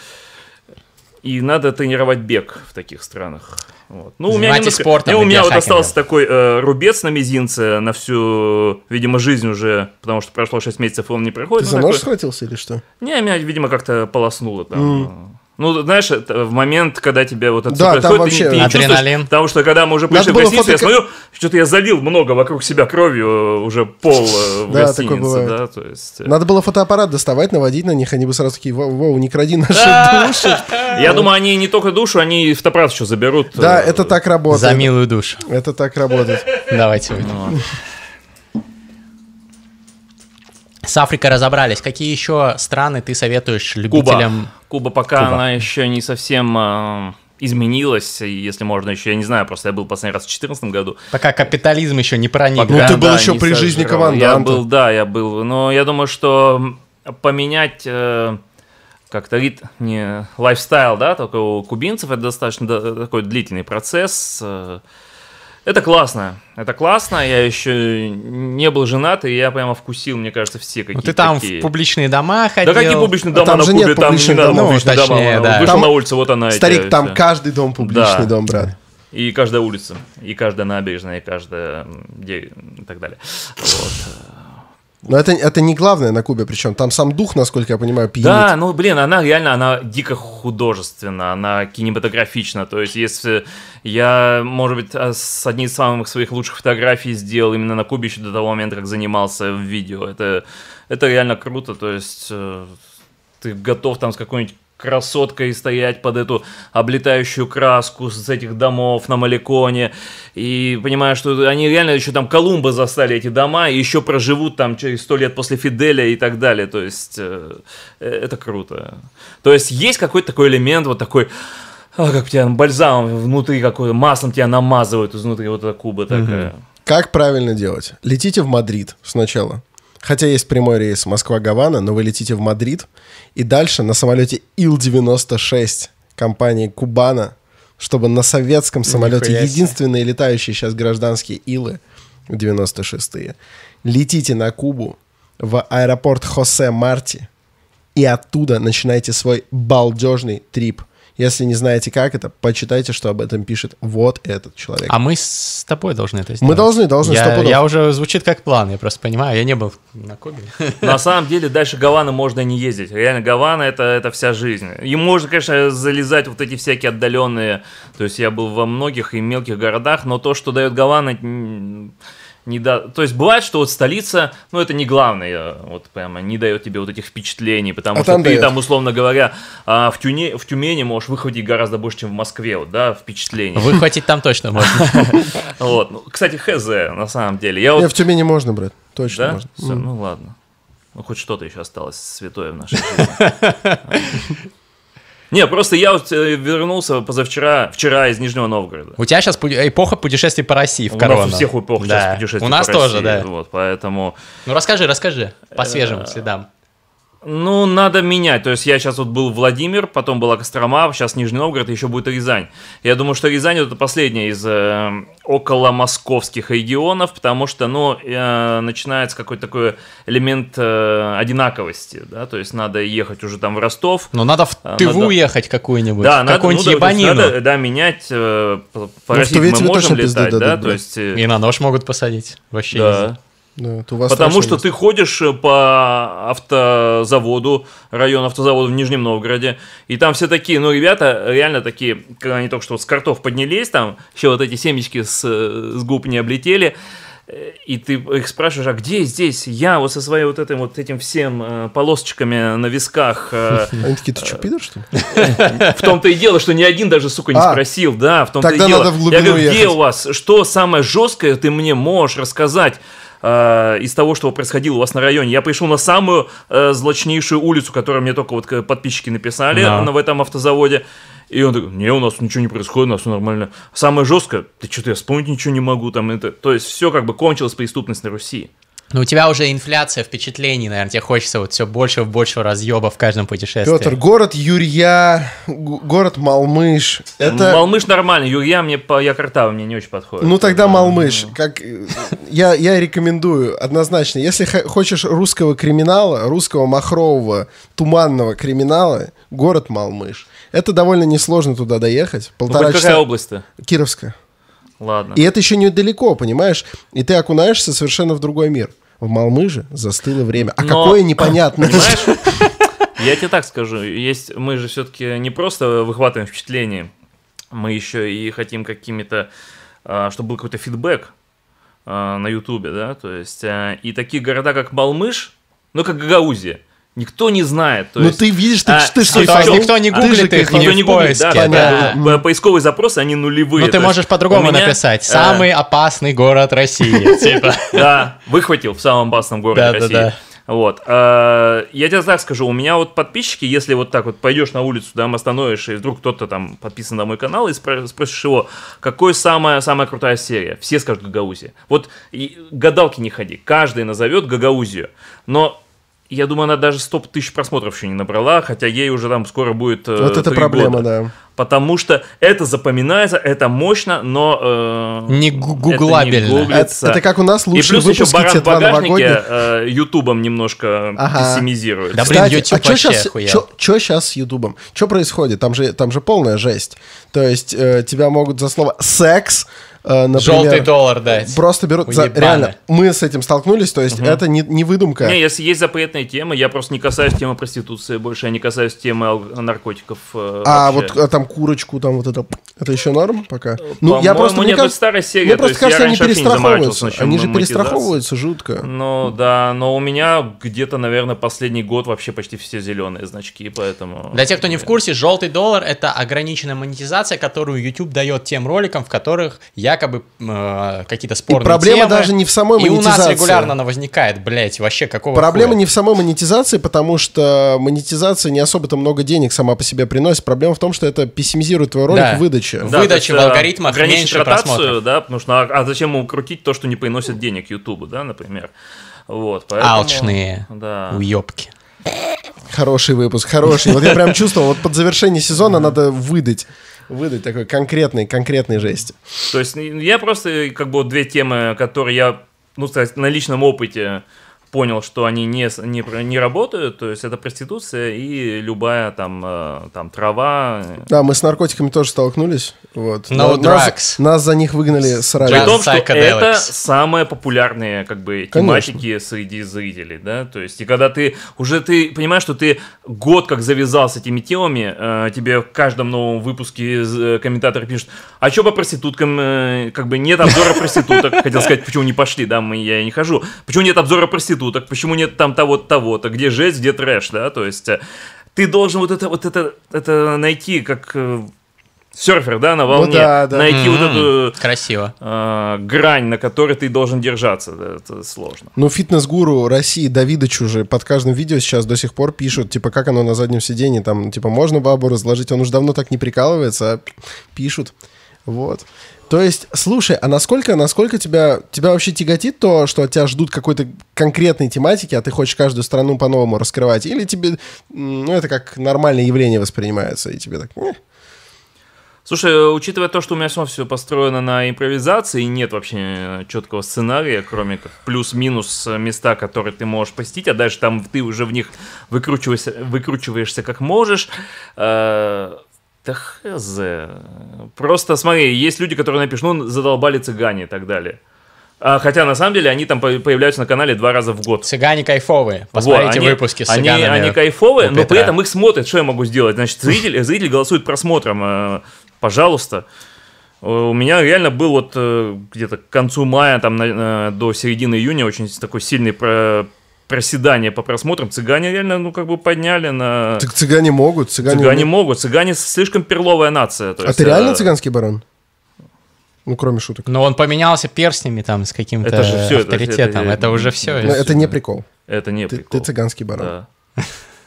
И надо тренировать бег в таких странах. Вот. Ну, у меня, Занимайтесь немножко... спортом Не, у и меня вот биохакингом. остался такой э, рубец на мизинце на всю, видимо, жизнь уже, потому что прошло шесть месяцев, и он не проходит. Ты Ну, за нож такой- схватился или что? Не, меня, видимо, как-то полоснуло там. Ну, знаешь, это в момент, когда тебе вот это да, происходит, вообще... ты, ты не чувствуешь, потому что когда мы уже пришли в гостиницу, фоток... я смотрю, что-то я залил много вокруг себя кровью уже пол в да, гостинице. Да, то есть... Надо было фотоаппарат доставать, наводить на них, они бы сразу такие, воу, не кради наши души. Я думаю, они не только душу, они фотоаппарат еще заберут. Да, это так работает. За милую душу. Это так работает. Давайте выйдем. С Африкой разобрались. Какие еще страны ты советуешь любителям? Куба. Куба пока Куба. Она еще не совсем э, изменилась, если можно еще, я не знаю, просто я был последний раз в две тысячи четырнадцатом году. Пока капитализм еще не проник. Ну да? ты был да, еще при жизни команданта. Я был, да, я был. Но я думаю, что поменять э, как-то рит, не лайфстайл, да, только у кубинцев это достаточно да, такой длительный процесс. Э, Это классно, это классно, я еще не был женат, и я прямо вкусил, мне кажется, все какие-то ну, ты там такие... в публичные дома ходил. Да какие публичные дома а там на же Кубе, нет там не надо домов. публичные Ну, точнее, дома, да. вышел там, на улицу, вот она. Старик, эти, там все. каждый дом публичный да. дом, брат. И каждая улица, и каждая набережная, и каждая... и так далее. Вот. Но это, это не главное на Кубе, причем там сам дух, насколько я понимаю, пьянит. Да, ну, блин, она реально, она дико художественна, она кинематографична, то есть если я, может быть, с одной из самых своих лучших фотографий сделал именно на Кубе еще до того момента, как занимался в видео, это, это реально круто, то есть ты готов там с какой-нибудь красоткой стоять под эту облетающую краску с этих домов на Маликоне, и понимаю, что они реально еще там Колумба застали эти дома, и еще проживут там через сто лет после Фиделя и так далее, то есть э, это круто. То есть есть какой-то такой элемент, вот такой, а, как тебя бальзамом внутри, какой маслом тебя намазывают изнутри, вот эта Куба такая. Угу. Как правильно делать? Летите в Мадрид сначала. Хотя есть прямой рейс Москва-Гавана, но вы летите в Мадрид, и дальше на самолете Ил девяносто шесть компании Кубана, чтобы на советском самолете, единственные летающие сейчас гражданские Илы, девяносто шестые, летите на Кубу в аэропорт Хосе Марти, и оттуда начинайте свой балдежный трип. Если не знаете, как это, почитайте, что об этом пишет вот этот человек. А мы с тобой должны это сделать. Мы должны, должны, я, сто пудов. Я уже, звучит как план, я просто понимаю, я не был на Кубе. На самом деле, дальше Гаваны можно не ездить. Реально, Гавана это, это вся жизнь. И можно, конечно, залезать вот эти всякие отдаленные, то есть я был во многих и мелких городах, но то, что дает Гавана... Не да... То есть бывает, что вот столица, ну это не главное, вот прямо не дает тебе вот этих впечатлений, потому а что ты дает. Там, условно говоря, в, Тюне... в Тюмени можешь выхватить гораздо больше, чем в Москве, вот, да, впечатлений. Выхватить там точно можно. Вот, кстати, хз, на самом деле. Не, в Тюмени можно, брат, точно можно. Все, ну ладно. Ну хоть что-то еще осталось святое в нашей жизни. Не, просто я вот вернулся позавчера, вчера из Нижнего Новгорода. У тебя сейчас эпоха путешествий по России в корону. У нас у всех эпох да. сейчас путешествий у нас по тоже, России. Да. Вот, поэтому... Ну расскажи, расскажи, по свежим следам. Ну, надо менять. То есть я сейчас вот был Владимир, потом была Кострома, сейчас Нижний Новгород, еще будет Рязань. Я думаю, что Рязань это последняя из э, около московских регионов, потому что, ну, э, начинается какой-то такой элемент э, одинаковости, да, то есть надо ехать уже там в Ростов. Но надо в Тыву надо... ехать какую-нибудь, да, какую-нибудь надо, ебанину. Ну, надо, да, менять, э, по, по России мы можем летать, да, дадут, то есть... Э... И на нож могут посадить, вообще да. не Да, потому что место. Ты ходишь по автозаводу, район автозавода в Нижнем Новгороде, и там все такие, ну, ребята реально такие, когда они только что с картов поднялись, там еще вот эти семечки с, с губ не облетели, и ты их спрашиваешь, а где здесь я вот со своей вот этим вот этим всем э, полосочками на висках. Э, Они такие, ты что, пидор, что ли? В том-то и дело, что ни один даже, сука, не спросил, да, в том-то и дело. Тогда надо в глубину Я говорю, где ехать. У вас, что самое жесткое ты мне можешь рассказать из того, что происходило у вас на районе. Я пришел на самую э, злочнейшую улицу, которую мне только вот подписчики написали no. на, в этом автозаводе. И он такой, не, у нас ничего не происходит, у нас все нормально. Самое жесткое, ты что-то я вспомнить ничего не могу. Там, это... То есть все как бы кончилось преступность на Руси. Ну, у тебя уже инфляция впечатлений, наверное, тебе хочется вот все больше и больше разъеба в каждом путешествии. Петр, город Юрья, город Малмыш. Это... Малмыш нормально, Юрья мне по Якартау мне не очень подходит. Ну, тогда Малмыш. Как... Я, я рекомендую однозначно, если х- хочешь русского криминала, русского махрового, туманного криминала, город Малмыш. Это довольно несложно туда доехать. Полтора ну, часа. Какая область-то? Кировская. Ладно. И это еще недалеко, понимаешь? И ты окунаешься совершенно в другой мир. В Малмыже застыло время. А Но, какое непонятное. Понимаешь? Я тебе так скажу, есть, мы же все-таки не просто выхватываем впечатления, мы еще и хотим какими-то, чтобы был какой-то фидбэк на Ютубе, да, то есть и такие города, как Балмыш, ну, как Гагаузия, никто не знает. Ну, ты видишь, ты, а, ты что, что, никто не гуглит их, никто не гуглит, поиске, да, да. да. Поисковые запросы, они нулевые. Ну, ты можешь по-другому написать. Самый опасный город России, типа. Да, выхватил в самом опасном городе России. Вот. Я тебе так скажу, у меня вот подписчики, если вот так вот пойдешь на улицу, там остановишься, и вдруг кто-то там подписан на мой канал, и спросишь его, какая самая, самая крутая серия, все скажут Гагаузия. Вот гадалки не ходи, каждый назовет Гагаузию, но я думаю, она даже сто тысяч просмотров еще не набрала, хотя ей уже там скоро будет э, вот это проблема, года. Да. Потому что это запоминается, это мощно, но... Э, не гуглабельно. Это, это, это как у нас лучшие выпуски Тетва новогодних. Э, Ютубом немножко ага. пессимизирует. Да, блин, YouTube а вообще что сейчас с Ютубом? Что происходит? Там же, там же полная жесть. То есть э, тебя могут за слово «секс», например, желтый доллар дать. Просто берут. За, реально, мы с этим столкнулись, то есть угу. это не, не выдумка. Не, если есть запретные темы, я просто не касаюсь темы проституции больше, я не касаюсь темы наркотиков. А вообще. Вот а там курочку, там вот это, это еще норм пока? Ну, я просто мне кажется, старая серия. Мне просто кажется, они перестраховываются. Они же перестраховываются жутко. Ну да, но у меня где-то, наверное, последний год вообще почти все зеленые значки, поэтому... Для тех, кто не в курсе, желтый доллар — это ограниченная монетизация, которую YouTube дает тем роликам, в которых я якобы э, какие-то спорные и проблема темы. даже не в самой монетизации. И у нас регулярно она возникает, блять, вообще какого Проблема хуя? Не в самой монетизации, потому что монетизация не особо-то много денег сама по себе приносит. Проблема в том, что это пессимизирует твой ролик да. в выдаче. В да, выдаче, в алгоритмах меньше просмотров. Да, потому что, а, а зачем ему крутить то, что не приносит денег Ютубу, да, например. Вот, поэтому, алчные да. уёбки. Хороший выпуск, хороший. Вот я прям чувствовал, вот под завершение сезона надо выдать. Выдать такой конкретный, конкретный жести. То есть я просто, как бы, две темы, которые я, ну, сказать, на личном опыте понял, что они не, не, не работают, то есть это проституция и любая там, э, там трава. Да, мы с наркотиками тоже столкнулись. Вот. No нас, нас за них выгнали с радио. При том, что это самые популярные как бы тематики Конечно. Среди зрителей, да, то есть и когда ты уже ты понимаешь, что ты год как завязал с этими темами, э, тебе в каждом новом выпуске э, комментаторы пишут, а что по проституткам, э, как бы нет обзора проституток, хотел сказать, почему не пошли, да, мы, я не хожу, почему нет обзора проституток, так почему нет там того-то, того-то, где жесть, где трэш, да, то есть ты должен вот это, вот это, это найти, как э, серфер, да, на волне, ну, да, да. найти mm-hmm. вот эту красиво э, грань, на которой ты должен держаться, да, это сложно. Ну, фитнес-гуру России Давидыч уже под каждым видео сейчас до сих пор пишут, типа, как оно на заднем сиденье, там, типа, можно бабу разложить, он уже давно так не прикалывается, а пишут, вот. То есть, слушай, а насколько, насколько тебя, тебя вообще тяготит то, что от тебя ждут какой-то конкретной тематики, а ты хочешь каждую страну по-новому раскрывать? Или тебе, ну, это как нормальное явление воспринимается, и тебе так... Э. Слушай, учитывая то, что у меня все построено на импровизации, и нет вообще четкого сценария, кроме как плюс-минус места, которые ты можешь посетить, а дальше там ты уже в них выкручиваешься, выкручиваешься как можешь... Э- Да хз. Просто смотри, есть люди, которые напишут, ну, задолбали цыгане и так далее. А, хотя, на самом деле, они там появляются на канале два раза в год. Цыгане кайфовые. Посмотрите вот, они, выпуски с они, цыганами. Они кайфовые, но при этом их смотрят. Что я могу сделать? Значит, зритель, зритель голосует просмотром. Пожалуйста. У меня реально был вот где-то к концу мая, там, до середины июня очень такой сильный про... проседание по просмотрам. Цыгане реально, ну, как бы подняли на... Так цыгане могут. Цыгане, цыгане могут. Цыгане слишком перловая нация. То а есть, ты реально цыганский барон? Ну, кроме шуток. Но он поменялся перстнями там с каким-то это же все, авторитетом. Это, это, это уже все. Это, это не прикол. Это не ты, прикол. Ты цыганский барон. Да.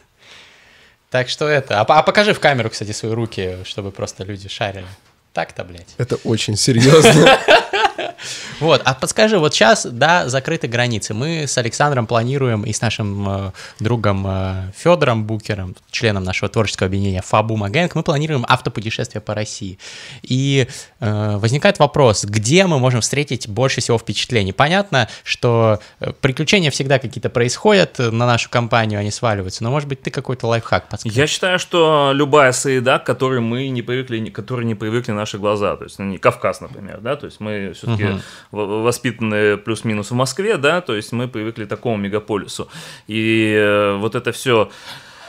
Так что это... А, а покажи в камеру, кстати, свои руки, чтобы просто люди шарили. Так-то, блядь. Это очень серьезно. Вот, а подскажи, вот сейчас, да, закрыты границы. Мы с Александром планируем и с нашим э, другом э, Федором Букером, членом нашего творческого объединения Фабума Гэнг, мы планируем автопутешествие по России. И э, возникает вопрос, где мы можем встретить больше всего впечатлений? Понятно, что приключения всегда какие-то происходят на нашу компанию, они сваливаются, но, может быть, ты какой-то лайфхак подскажешь? Я считаю, что любая среда, к которой мы не привыкли, к которой не привыкли наши глаза, то есть, ну, не Кавказ, например, да, то есть мы все-таки uh-huh. воспитаны плюс-минус в Москве, да, то есть мы привыкли к такому мегаполису. И э, вот это все...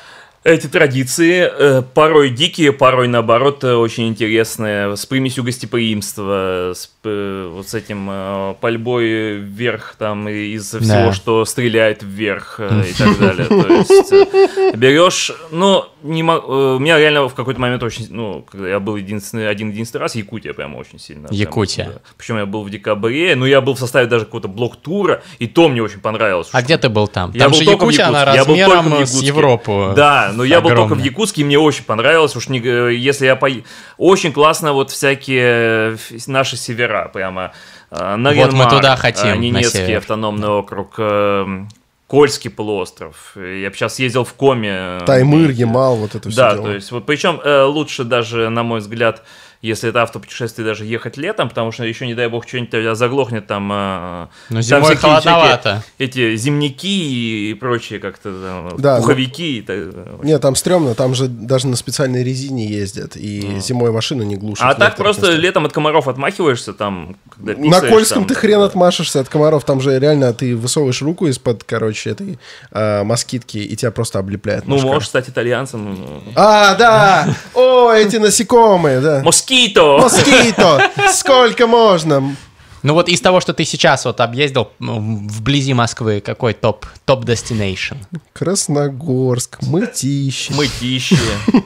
эти традиции, э, порой дикие, порой, наоборот, очень интересные, с примесью гостеприимства, с, э, вот с этим э, пальбой вверх, там, из всего, да. что стреляет вверх э, и так далее. То есть э, берешь, ну, не мо- э, у меня реально в какой-то момент очень, ну, когда я был единственный, один-единственный раз, Якутия прямо очень сильно. Якутия. Прям, да. Причем я был в декабре, но я был в составе даже какого-то блок-тура, и то мне очень понравилось. А где ты был там? Я Там был же только Якутия, в она Якутске. размером с Европу. Да, но я огромная. был только в Якутске, и мне очень понравилось. Уж не, если я по... Очень классно вот всякие наши севера, прямо Нарьян-Мар, вот мы туда хотим, Ненецкий автономный округ, Кольский полуостров. Я сейчас ездил в Коми. Таймыр, Ямал, вот это все Да, дело. то есть вот причем лучше даже, на мой взгляд, если это автопутешествие, даже ехать летом, потому что еще, не дай бог, что-нибудь тебя заглохнет там. Но зимой там холодновато. Эти зимники и прочие как-то там, да, пуховики. Но... И так, нет, там стрёмно, там же даже на специальной резине ездят, и а. зимой машину не глушат. А так просто местах. Летом от комаров отмахиваешься, там, когда писаешь. На Кольском там, ты хрен отмашешься от комаров, там же реально ты высовываешь руку из-под, короче, этой э, москитки, и тебя просто облепляет. Ну, мошка. Можешь стать итальянцем. А, да! О, эти насекомые, да. Москито! Москито! Сколько можно? Ну вот из того, что ты сейчас вот объездил вблизи Москвы, какой топ, топ-дестинейшн? Красногорск, Мытищи. Мытищи.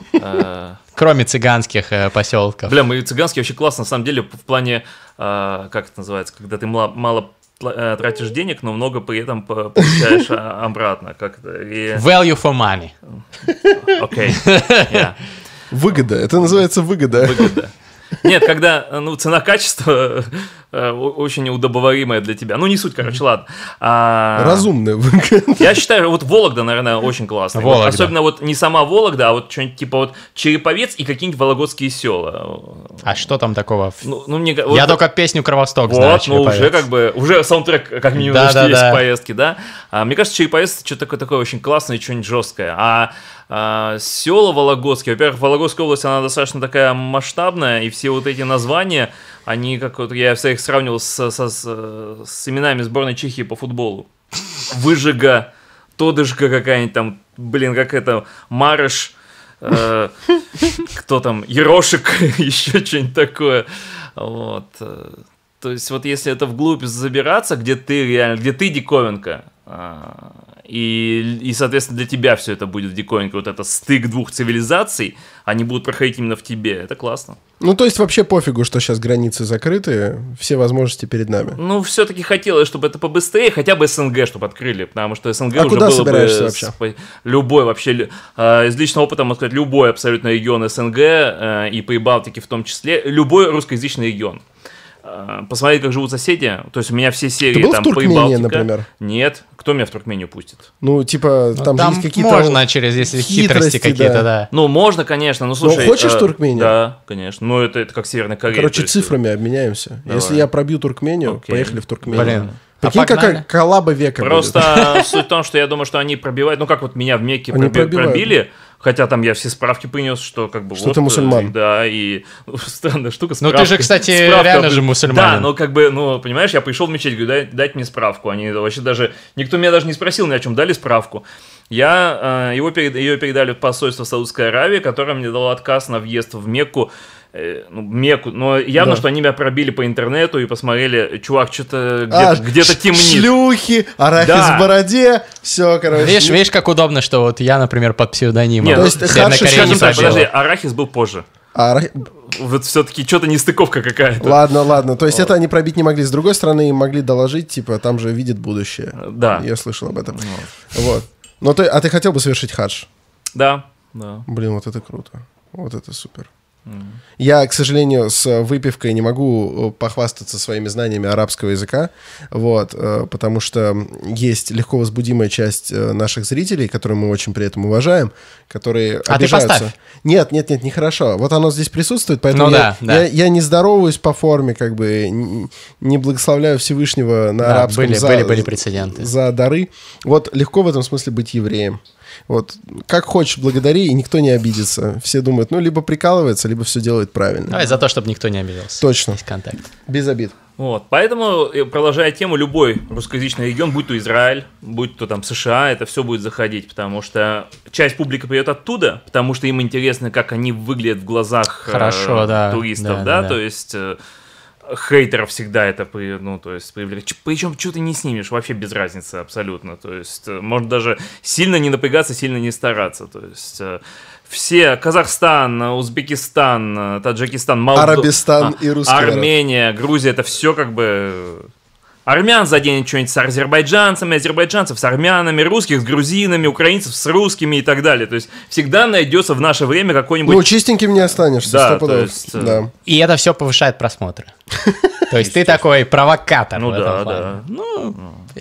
Кроме цыганских поселков. Бля, мы цыганские вообще классно, на самом деле, в плане, как это называется, когда ты мало тратишь денег, но много при этом получаешь обратно. Value for money. Окей. Выгода, это называется выгода. Выгода. Нет, когда, ну, цена-качество очень удобоваримая для тебя. Ну, не суть, короче, ладно. А... Разумная выгода. Я считаю, вот Вологда, наверное, очень классная. Вот, особенно вот не сама Вологда, а вот что-нибудь типа вот Череповец и какие-нибудь вологодские села. А что там такого? Ну, ну, мне, Я вот, только песню «Кровосток» вот, знаю. Ну, уже как бы, уже саундтрек как минимум да, да, есть да. в поездке, да? А, мне кажется, Череповец что-то такое, такое очень классное и что-нибудь жесткое. А А, села Вологодские, во-первых, Вологодская область, она достаточно такая масштабная, и все вот эти названия, они, как вот я всех сравнивал с, с, с, с именами сборной Чехии по футболу. Выжига, Тодышка какая-нибудь там, блин, как это, Марыш, э, кто там, Ерошек, еще что-нибудь такое, вот. То есть вот если это вглубь забираться, где ты реально, где ты диковинка, И, и, соответственно, для тебя все это будет диковинка. Вот это стык двух цивилизаций, они будут проходить именно в тебе. Это классно. Ну, то есть вообще пофигу, что сейчас границы закрыты, все возможности перед нами. Ну, все-таки хотелось, чтобы это побыстрее, хотя бы СНГ, чтобы открыли, потому что СНГ а уже куда было собираешься бы... вообще? С, любой вообще, э, из личного опыта, можно сказать, любой абсолютно регион СНГ, э, и Прибалтики в том числе, любой русскоязычный регион. Посмотреть, как живут соседи. То есть у меня все серии Ты был там в Туркмении, Прибалтика. например? Нет. Кто меня в Туркмению пустит? Ну, типа, там, там же есть какие-то можно через, если хитрости, хитрости какие-то, да. да. Ну, можно, конечно. Ну, слушай... Ну, хочешь э, Туркмению? Да, конечно. Ну, это, это как Северная Корея. Короче, есть... цифрами обменяемся. Давай. Если я пробью Туркмению, Окей. поехали в Туркмению. Блин. Прикинь, а какая коллаба века Просто будет. суть в том, что я думаю, что они пробивают... Ну, как вот меня в Мекке Они проби... пробивают. пробили... Хотя там я все справки принес, что как бы что вот... ты мусульман. Да, и ну, странная штука. Ну ты же, кстати, справка, реально же мусульманин. Да, ну как бы, ну понимаешь, я пришел в мечеть, говорю, дай, дайте мне справку. Они вообще даже... Никто меня даже не спросил ни о чем, дали справку. Я, э, его перед, ее передали в посольство Саудовской Аравии, которое мне дало отказ на въезд в Мекку. Э, ну, Мекку, но явно, да. что они меня пробили по интернету и посмотрели, чувак, что-то где-то, а, где-то темнит. Шлюхи, арахис да. в бороде, все, короче. Видишь, видишь, как удобно, что вот я, например, под псевдонимом. Нет, то есть, Северная Корея не так, подожди, арахис был позже. Арах... Вот все-таки что-то нестыковка какая-то. Ладно, ладно. То есть вот. Это они пробить не могли. С другой стороны, им могли доложить, типа, там же видит будущее. Да. Я слышал об этом. Вот. вот. Но ты, а ты хотел бы совершить хадж? Да, да. Блин, вот это круто. Вот это супер. Mm. Я, к сожалению, с выпивкой не могу похвастаться своими знаниями арабского языка, вот, потому что есть легко возбудимая часть наших зрителей, которые мы очень при этом уважаем, которые а обижаются. Ты поставь. Нет, нет, нет, нехорошо. Вот оно здесь присутствует, поэтому ну, я, да, да. Я, я не здороваюсь по форме, как бы не, не благословляю Всевышнего на да, арабском были, за, были, были прецеденты. за дары. Вот легко в этом смысле быть евреем. Вот, как хочешь, благодари, и никто не обидится. Все думают, ну, либо прикалывается, либо все делает правильно. Давай за то, чтобы никто не обиделся. Точно. Есть контакт. Без обид. Вот, поэтому, продолжая тему, любой русскоязычный регион, будь то Израиль, будь то там США, это все будет заходить, потому что часть публики придет оттуда, потому что им интересно, как они выглядят в глазах Хорошо, э, да, туристов, да, да, да, да. то есть э, хейтеров всегда это, ну, то есть, привлекает. Причем, что ты не снимешь, вообще без разницы абсолютно, то есть, э, можно даже сильно не напрягаться, сильно не стараться, то есть... Э, Все, Казахстан, Узбекистан, Таджикистан, Молдова, Арабистан и русский Армения, Грузия, это все как бы... Армян заденет что-нибудь с азербайджанцами, азербайджанцев с армянами, русских с грузинами, украинцев с русскими и так далее. То есть всегда найдется в наше время какой-нибудь... Ну, чистеньким не останешься, да, сто то есть, да. И это все повышает просмотры. То есть ты такой провокатор в Ну этом да, плане. да. Ну,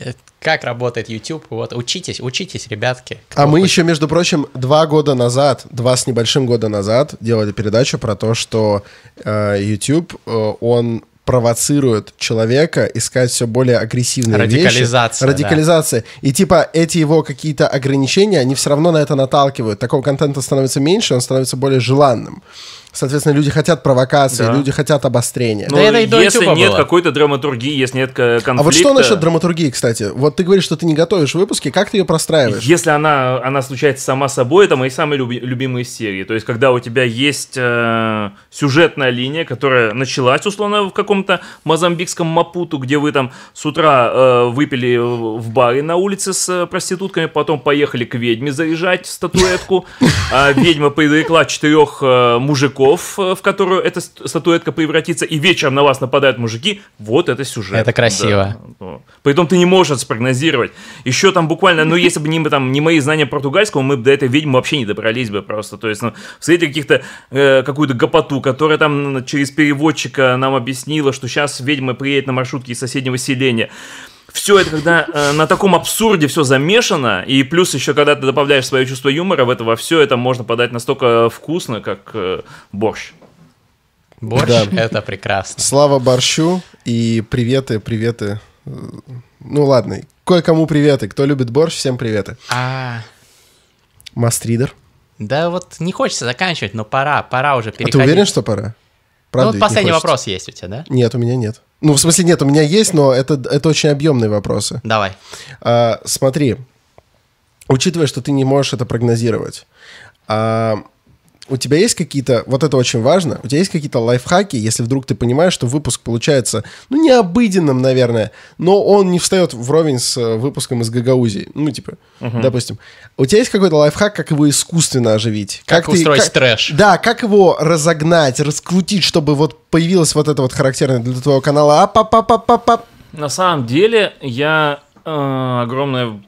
как работает YouTube, вот, учитесь, учитесь, ребятки. А мы еще, между прочим, два года назад, два с небольшим года назад делали передачу про то, что э, YouTube, э, он провоцирует человека искать все более агрессивные Радикализация, вещи. Радикализация. Да. И типа эти его какие-то ограничения, они все равно на это наталкивают. Такого контента становится меньше, он становится более желанным. Соответственно, люди хотят провокации, да. люди хотят обострения. Но да это если нет было. какой-то драматургии, если нет конфликта... А вот что насчет драматургии, кстати? Вот ты говоришь, что ты не готовишь выпуски, как ты ее простраиваешь? Если она, она случается сама собой, это мои самые люби- любимые серии. То есть, когда у тебя есть э, сюжетная линия, которая началась, условно, в каком-то мозамбикском Мапуту, где вы там с утра э, выпили в баре на улице с проститутками, потом поехали к ведьме заряжать статуэтку, а ведьма привлекла четырех мужиков, в которую эта статуэтка превратится, и вечером на вас нападают мужики, вот это сюжет. Это красиво. Да. Поэтому ты не можешь это спрогнозировать. Еще там буквально, ну, если бы не, там, не мои знания португальского, мы бы до этой ведьмы вообще не добрались бы просто. То есть, ну, встретили каких-то, э, какую-то гопоту, которая там через переводчика нам объяснила, что сейчас ведьма приедет на маршрутке из соседнего селения. Все это, когда э, на таком абсурде все замешано, и плюс еще, когда ты добавляешь свое чувство юмора в это, во все это можно подать настолько вкусно, как э, борщ. Борщ да. — это прекрасно. Слава борщу и приветы, приветы. Ну ладно, кое-кому приветы. Кто любит борщ, всем приветы. А... Мастридер. Да вот не хочется заканчивать, но пора, пора уже переходить. А ты уверен, что пора? Правда, ну вот последний вопрос есть у тебя, да? Нет, у меня нет. Ну, в смысле, нет, у меня есть, но это, это очень объемные вопросы. Давай. А, смотри, учитывая, что ты не можешь это прогнозировать, а, у тебя есть какие-то, вот это очень важно, у тебя есть какие-то лайфхаки, если вдруг ты понимаешь, что выпуск получается, ну, не обыденным, наверное, но он не встает вровень с выпуском из Гагаузии, ну, типа, uh-huh. допустим. У тебя есть какой-то лайфхак, как его искусственно оживить? Как, как устроить ты, как, трэш? Да, как его разогнать, раскрутить, чтобы вот появилось вот это вот характерное для твоего канала ап-ап-ап-ап-ап. На самом деле, я э, огромную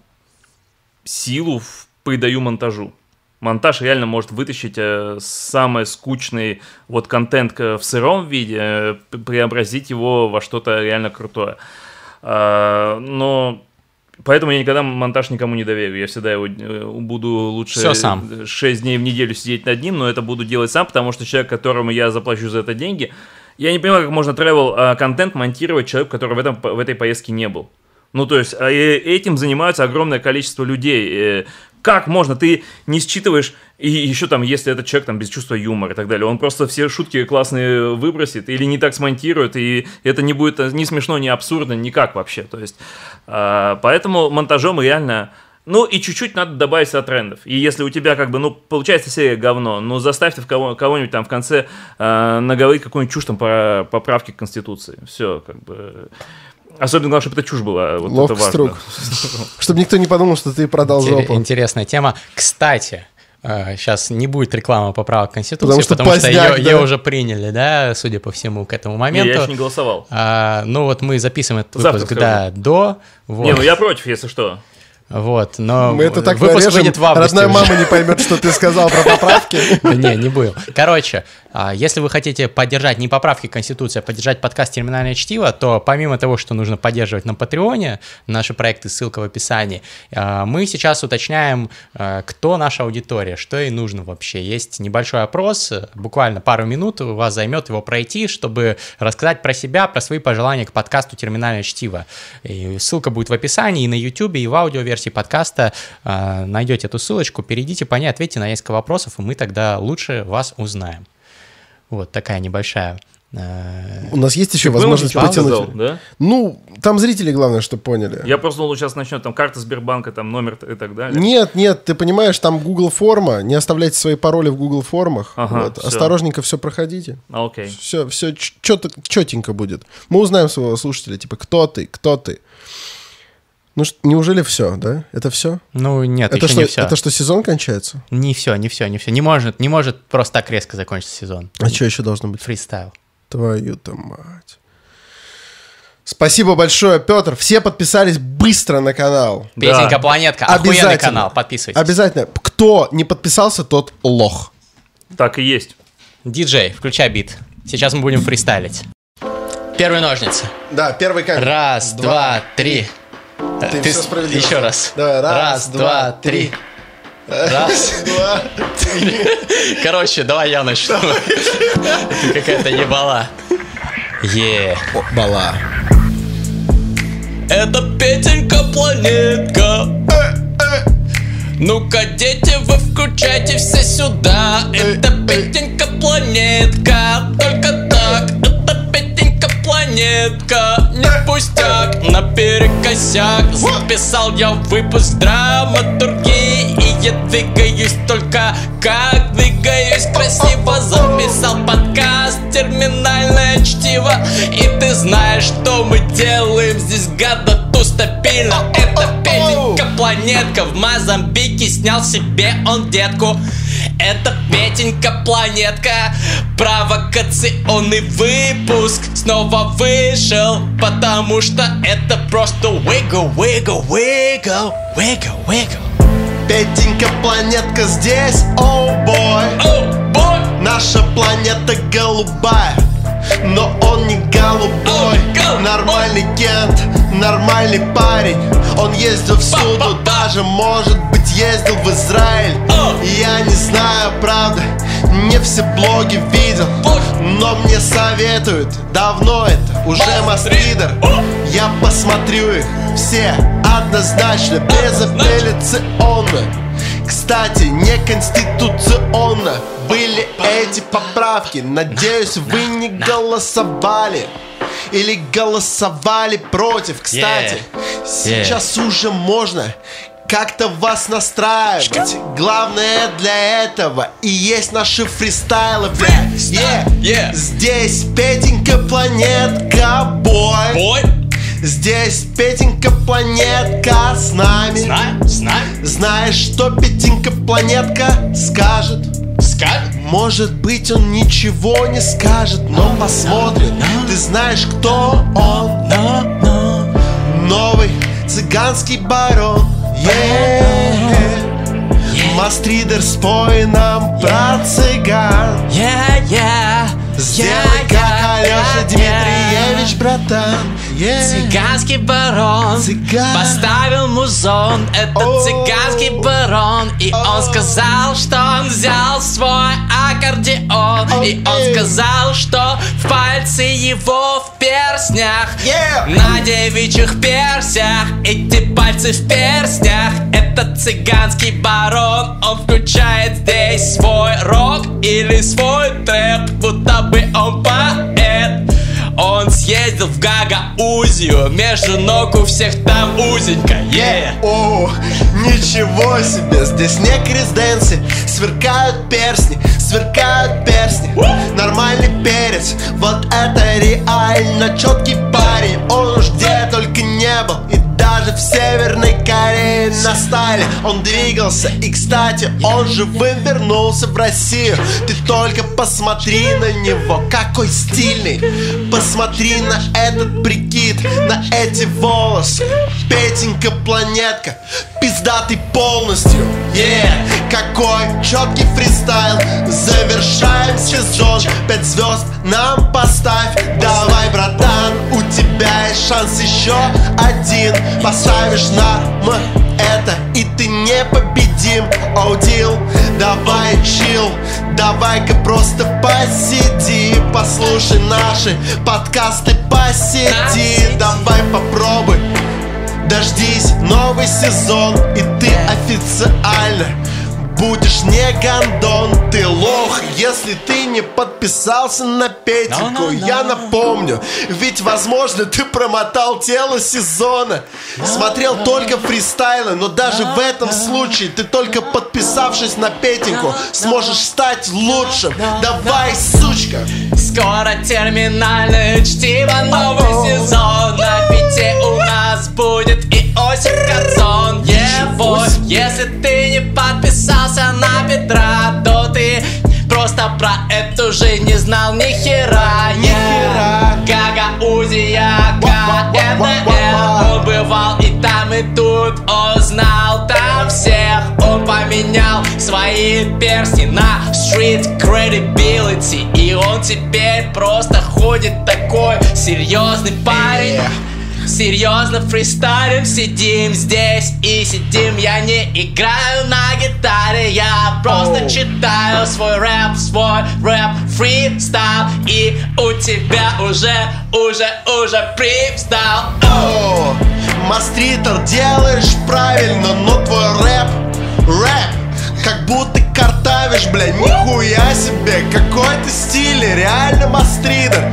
силу придаю монтажу. Монтаж реально может вытащить э, самый скучный вот контент в сыром виде, э, преобразить его во что-то реально крутое. Э, но поэтому я никогда монтаж никому не доверю. Я всегда его э, буду лучше Все сам. шесть дней в неделю сидеть над ним, но это буду делать сам, потому что человек, которому я заплачу за это деньги, я не понимаю, как можно travel контент монтировать человеку, который в, этом, в этой поездке не был. Ну, то есть, этим занимаются огромное количество людей. Как можно? Ты не считываешь, и еще там, если этот человек там без чувства юмора и так далее, он просто все шутки классные выбросит или не так смонтирует, и это не будет ни смешно, ни абсурдно, никак вообще. То есть, поэтому монтажом реально... Ну, и чуть-чуть надо добавить сюда трендов. И если у тебя, как бы, ну, получается серия говно, ну, заставь ты в кого- кого-нибудь там в конце э, наговорить какую-нибудь чушь там по поправке к Конституции. Все, как бы... Особенно главное, чтобы это чушь была. Вот Ловко это струк. Чтобы никто не подумал, что ты продал жопу. Интересная тема. Кстати, сейчас не будет рекламы поправок к Конституции, потому что, потому поздняк, что ее, да? ее уже приняли, да, судя по всему, к этому моменту. Не, я еще не голосовал. А, ну вот мы записываем этот Завтра выпуск, скажу. да, до. Вот. Не, ну я против, если что. Вот, но Мы это так выпуск нарежем, выйдет в августе родная уже. мама не поймет, что ты сказал про поправки. Да не, не будем. Короче, Если вы хотите поддержать не поправки Конституции, а поддержать подкаст «Терминальное чтиво», то помимо того, что нужно поддерживать на Патреоне, наши проекты, ссылка в описании, мы сейчас уточняем, кто наша аудитория, что ей нужно вообще. Есть небольшой опрос, буквально пару минут у вас займет его пройти, чтобы рассказать про себя, про свои пожелания к подкасту «Терминальное чтиво». И ссылка будет в описании и на YouTube, и в аудиоверсии подкаста. Найдете эту ссылочку, перейдите по ней, ответьте на несколько вопросов, и мы тогда лучше вас узнаем. Вот такая небольшая... У нас есть еще Ты возможность потянуть. Сказал, да? Ну, там зрители, главное, чтобы поняли. Я просто думал, сейчас начнет там карта Сбербанка, там номер и так далее. Нет, нет, ты понимаешь, там Google форма. Не оставляйте свои пароли в Google формах. Ага, вот. все. Осторожненько все проходите. А, окей. Все, все четенько будет. Мы узнаем своего слушателя, типа, кто ты, кто ты. Ну, неужели все, да? Это все? Ну, нет, это еще что, не все. Это что, сезон кончается? Не все, не все, не все. Не может, не может просто так резко закончиться сезон. А что еще должно быть? Фристайл. Твою-то мать. Спасибо большое, Петр. Все подписались быстро на канал. Песенка Да. Планетка. Охуенный канал. Подписывайтесь. Обязательно. Кто не подписался, тот лох. Так и есть. Диджей, включай бит. Сейчас мы будем фристайлить. Первые ножницы. Да, первый камень. Раз, два, два три. Ты, Ты все справедливо. Еще раз. Давай, раз, раз два, два, три. Раз, два, три. Короче, давай я начну. Это какая-то ебала. Е. Бала. Это Петенька Планетка. Ну-ка, дети, вы включайте все сюда. Это Петенька Планетка. Только так. Это Петенька Планетка. Не пустяк, наперекосяк. Записал я выпуск драматургии, и я двигаюсь только как двигаюсь красиво. Записал подкаст «Терминальное чтиво», и ты знаешь, что мы делаем здесь года-ту стабильно. Это Петенька Планетка в Мозамбике снял себе он детку. Это Петенька Планетка. Провокационный выпуск снова вышел, потому что это просто wiggle, wiggle, wiggle, wiggle, wiggle. Петенька Планетка здесь, оу oh бой. Oh boy. Наша планета голубая, но он не голубой. Oh, go. Нормальный Кент, нормальный парень. Он ездил всюду, даже, может быть, ездил в Израиль. Oh. Я не знаю, правда, не все блоги видел, но мне советуют, давно это уже мастридер. Я посмотрю их все однозначно, безапелляционно. Кстати, не конституционно были эти поправки. Надеюсь, вы не голосовали или голосовали против. Кстати, yeah. сейчас yeah. уже можно как-то вас настраивать. Главное для этого и есть наши фристайлы, бля. Yeah. Yeah. Здесь Петенька Планетка, бой. Бой. Здесь Петенька Планетка с нами. Знаю, знаю. Знаешь, что Петенька Планетка скажет? Скажет? Может быть, он ничего не скажет, но no, посмотрит. No, no. Ты знаешь, кто он? No, no. Новый цыганский барон. Yeah. Yeah. Мастридер, спой нам yeah. про цыган. Yeah, yeah. Сделай yeah, как yeah, Алеша yeah, Дмитриевич, yeah. братан. Yeah. Цыганский барон Цыган. поставил музон. Это oh. цыганский барон. И oh. он сказал, что он взял свой аккордеон. oh, И он hey. сказал, что в пальцы его в перстнях. yeah. На девичьих персях. Эти пальцы в перстнях. Это цыганский барон. Он включает здесь свой рок или свой трэп, будто бы он поэт. Он съездил в Гагаузию, между ног у всех там узенько. Yeah. О, ничего себе, здесь не крис-дэнси. Сверкают перстни, сверкают перстни. Нормальный перец, вот это реально четкий парень. Он уж где только не был и даже Однажды в Северной Корее на стайле он двигался. И, кстати, он живым вернулся в Россию. Ты только посмотри на него, какой стильный. Посмотри на этот прикид, на эти волосы. Петенька, планетка, пиздатый полностью. Yeah, какой четкий фристайл. Завершаем сезон. Пять звезд нам поставь. Давай, братан, у тебя есть шанс еще один. Поставишь нам это, и ты непобедим. Оу, дил, давай чил. Давай-ка просто посиди. Послушай наши подкасты, посиди. Давай попробуй. Дождись новый сезон, и ты официально будешь не гондон. Ты лох, если ты не подписался на Петеньку. no, no, no. Я напомню, ведь, возможно, ты промотал тело сезона. no, Смотрел no. только фристайлы. Но даже no, в этом no. случае ты только подписавшись на Петеньку no, сможешь стать лучшим. no, Давай, no. сучка. Скоро терминальное чтиво, новый oh. сезон. На Пете у нас будет и Осип Кобзон. Его, если ты не подписался на Петра, то ты просто про эту жизнь не знал ни хера. yeah. Гага, Узи, я, ка эн эл. Он бывал и там, и тут. Он знал там всех. Он поменял свои перстни на street credibility. И он теперь просто ходит такой серьезный парень. Серьезно фристайлим, сидим здесь и сидим. Я не играю на гитаре, я просто oh. читаю свой рэп, свой рэп, фристайл. И у тебя уже, уже, уже фристайл. oh. Мастритер, делаешь правильно, но твой рэп, рэп, как будто картавишь, бля, нихуя себе. Какой ты стиль, реально мастритер.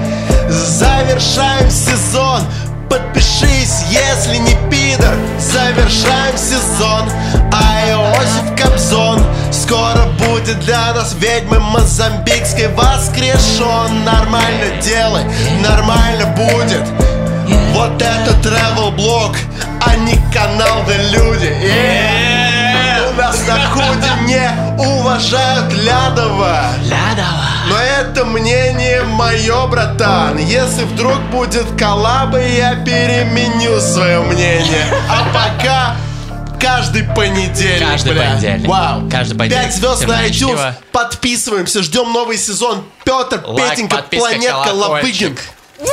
Завершаем сезон. Подпишись, если не пидор. Завершаем сезон. А Иосиф Кобзон скоро будет для нас ведьмы мозамбикской воскрешен. Нормально делай, нормально будет. Вот это travel-блог, а не канал «Да люди». yeah. У нас на худе не уважают Лядова. Лядова. Но это мнение мое, братан. Если вдруг будет коллаба, я переменю свое мнение. А пока каждый понедельник. Каждый бля. понедельник. Вау. Каждый понедельник. Пять звезд на iTunes. Подписываемся, ждем новый сезон. Петр, Лайк, Петенька, подписка, планетка, Лавыгин.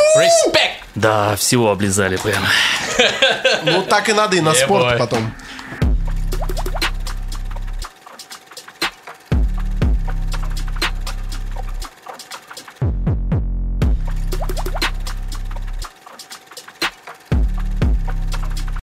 Респект. Да, всего облизали прям. Ну так и надо, и на Yeah, спорт boy. потом.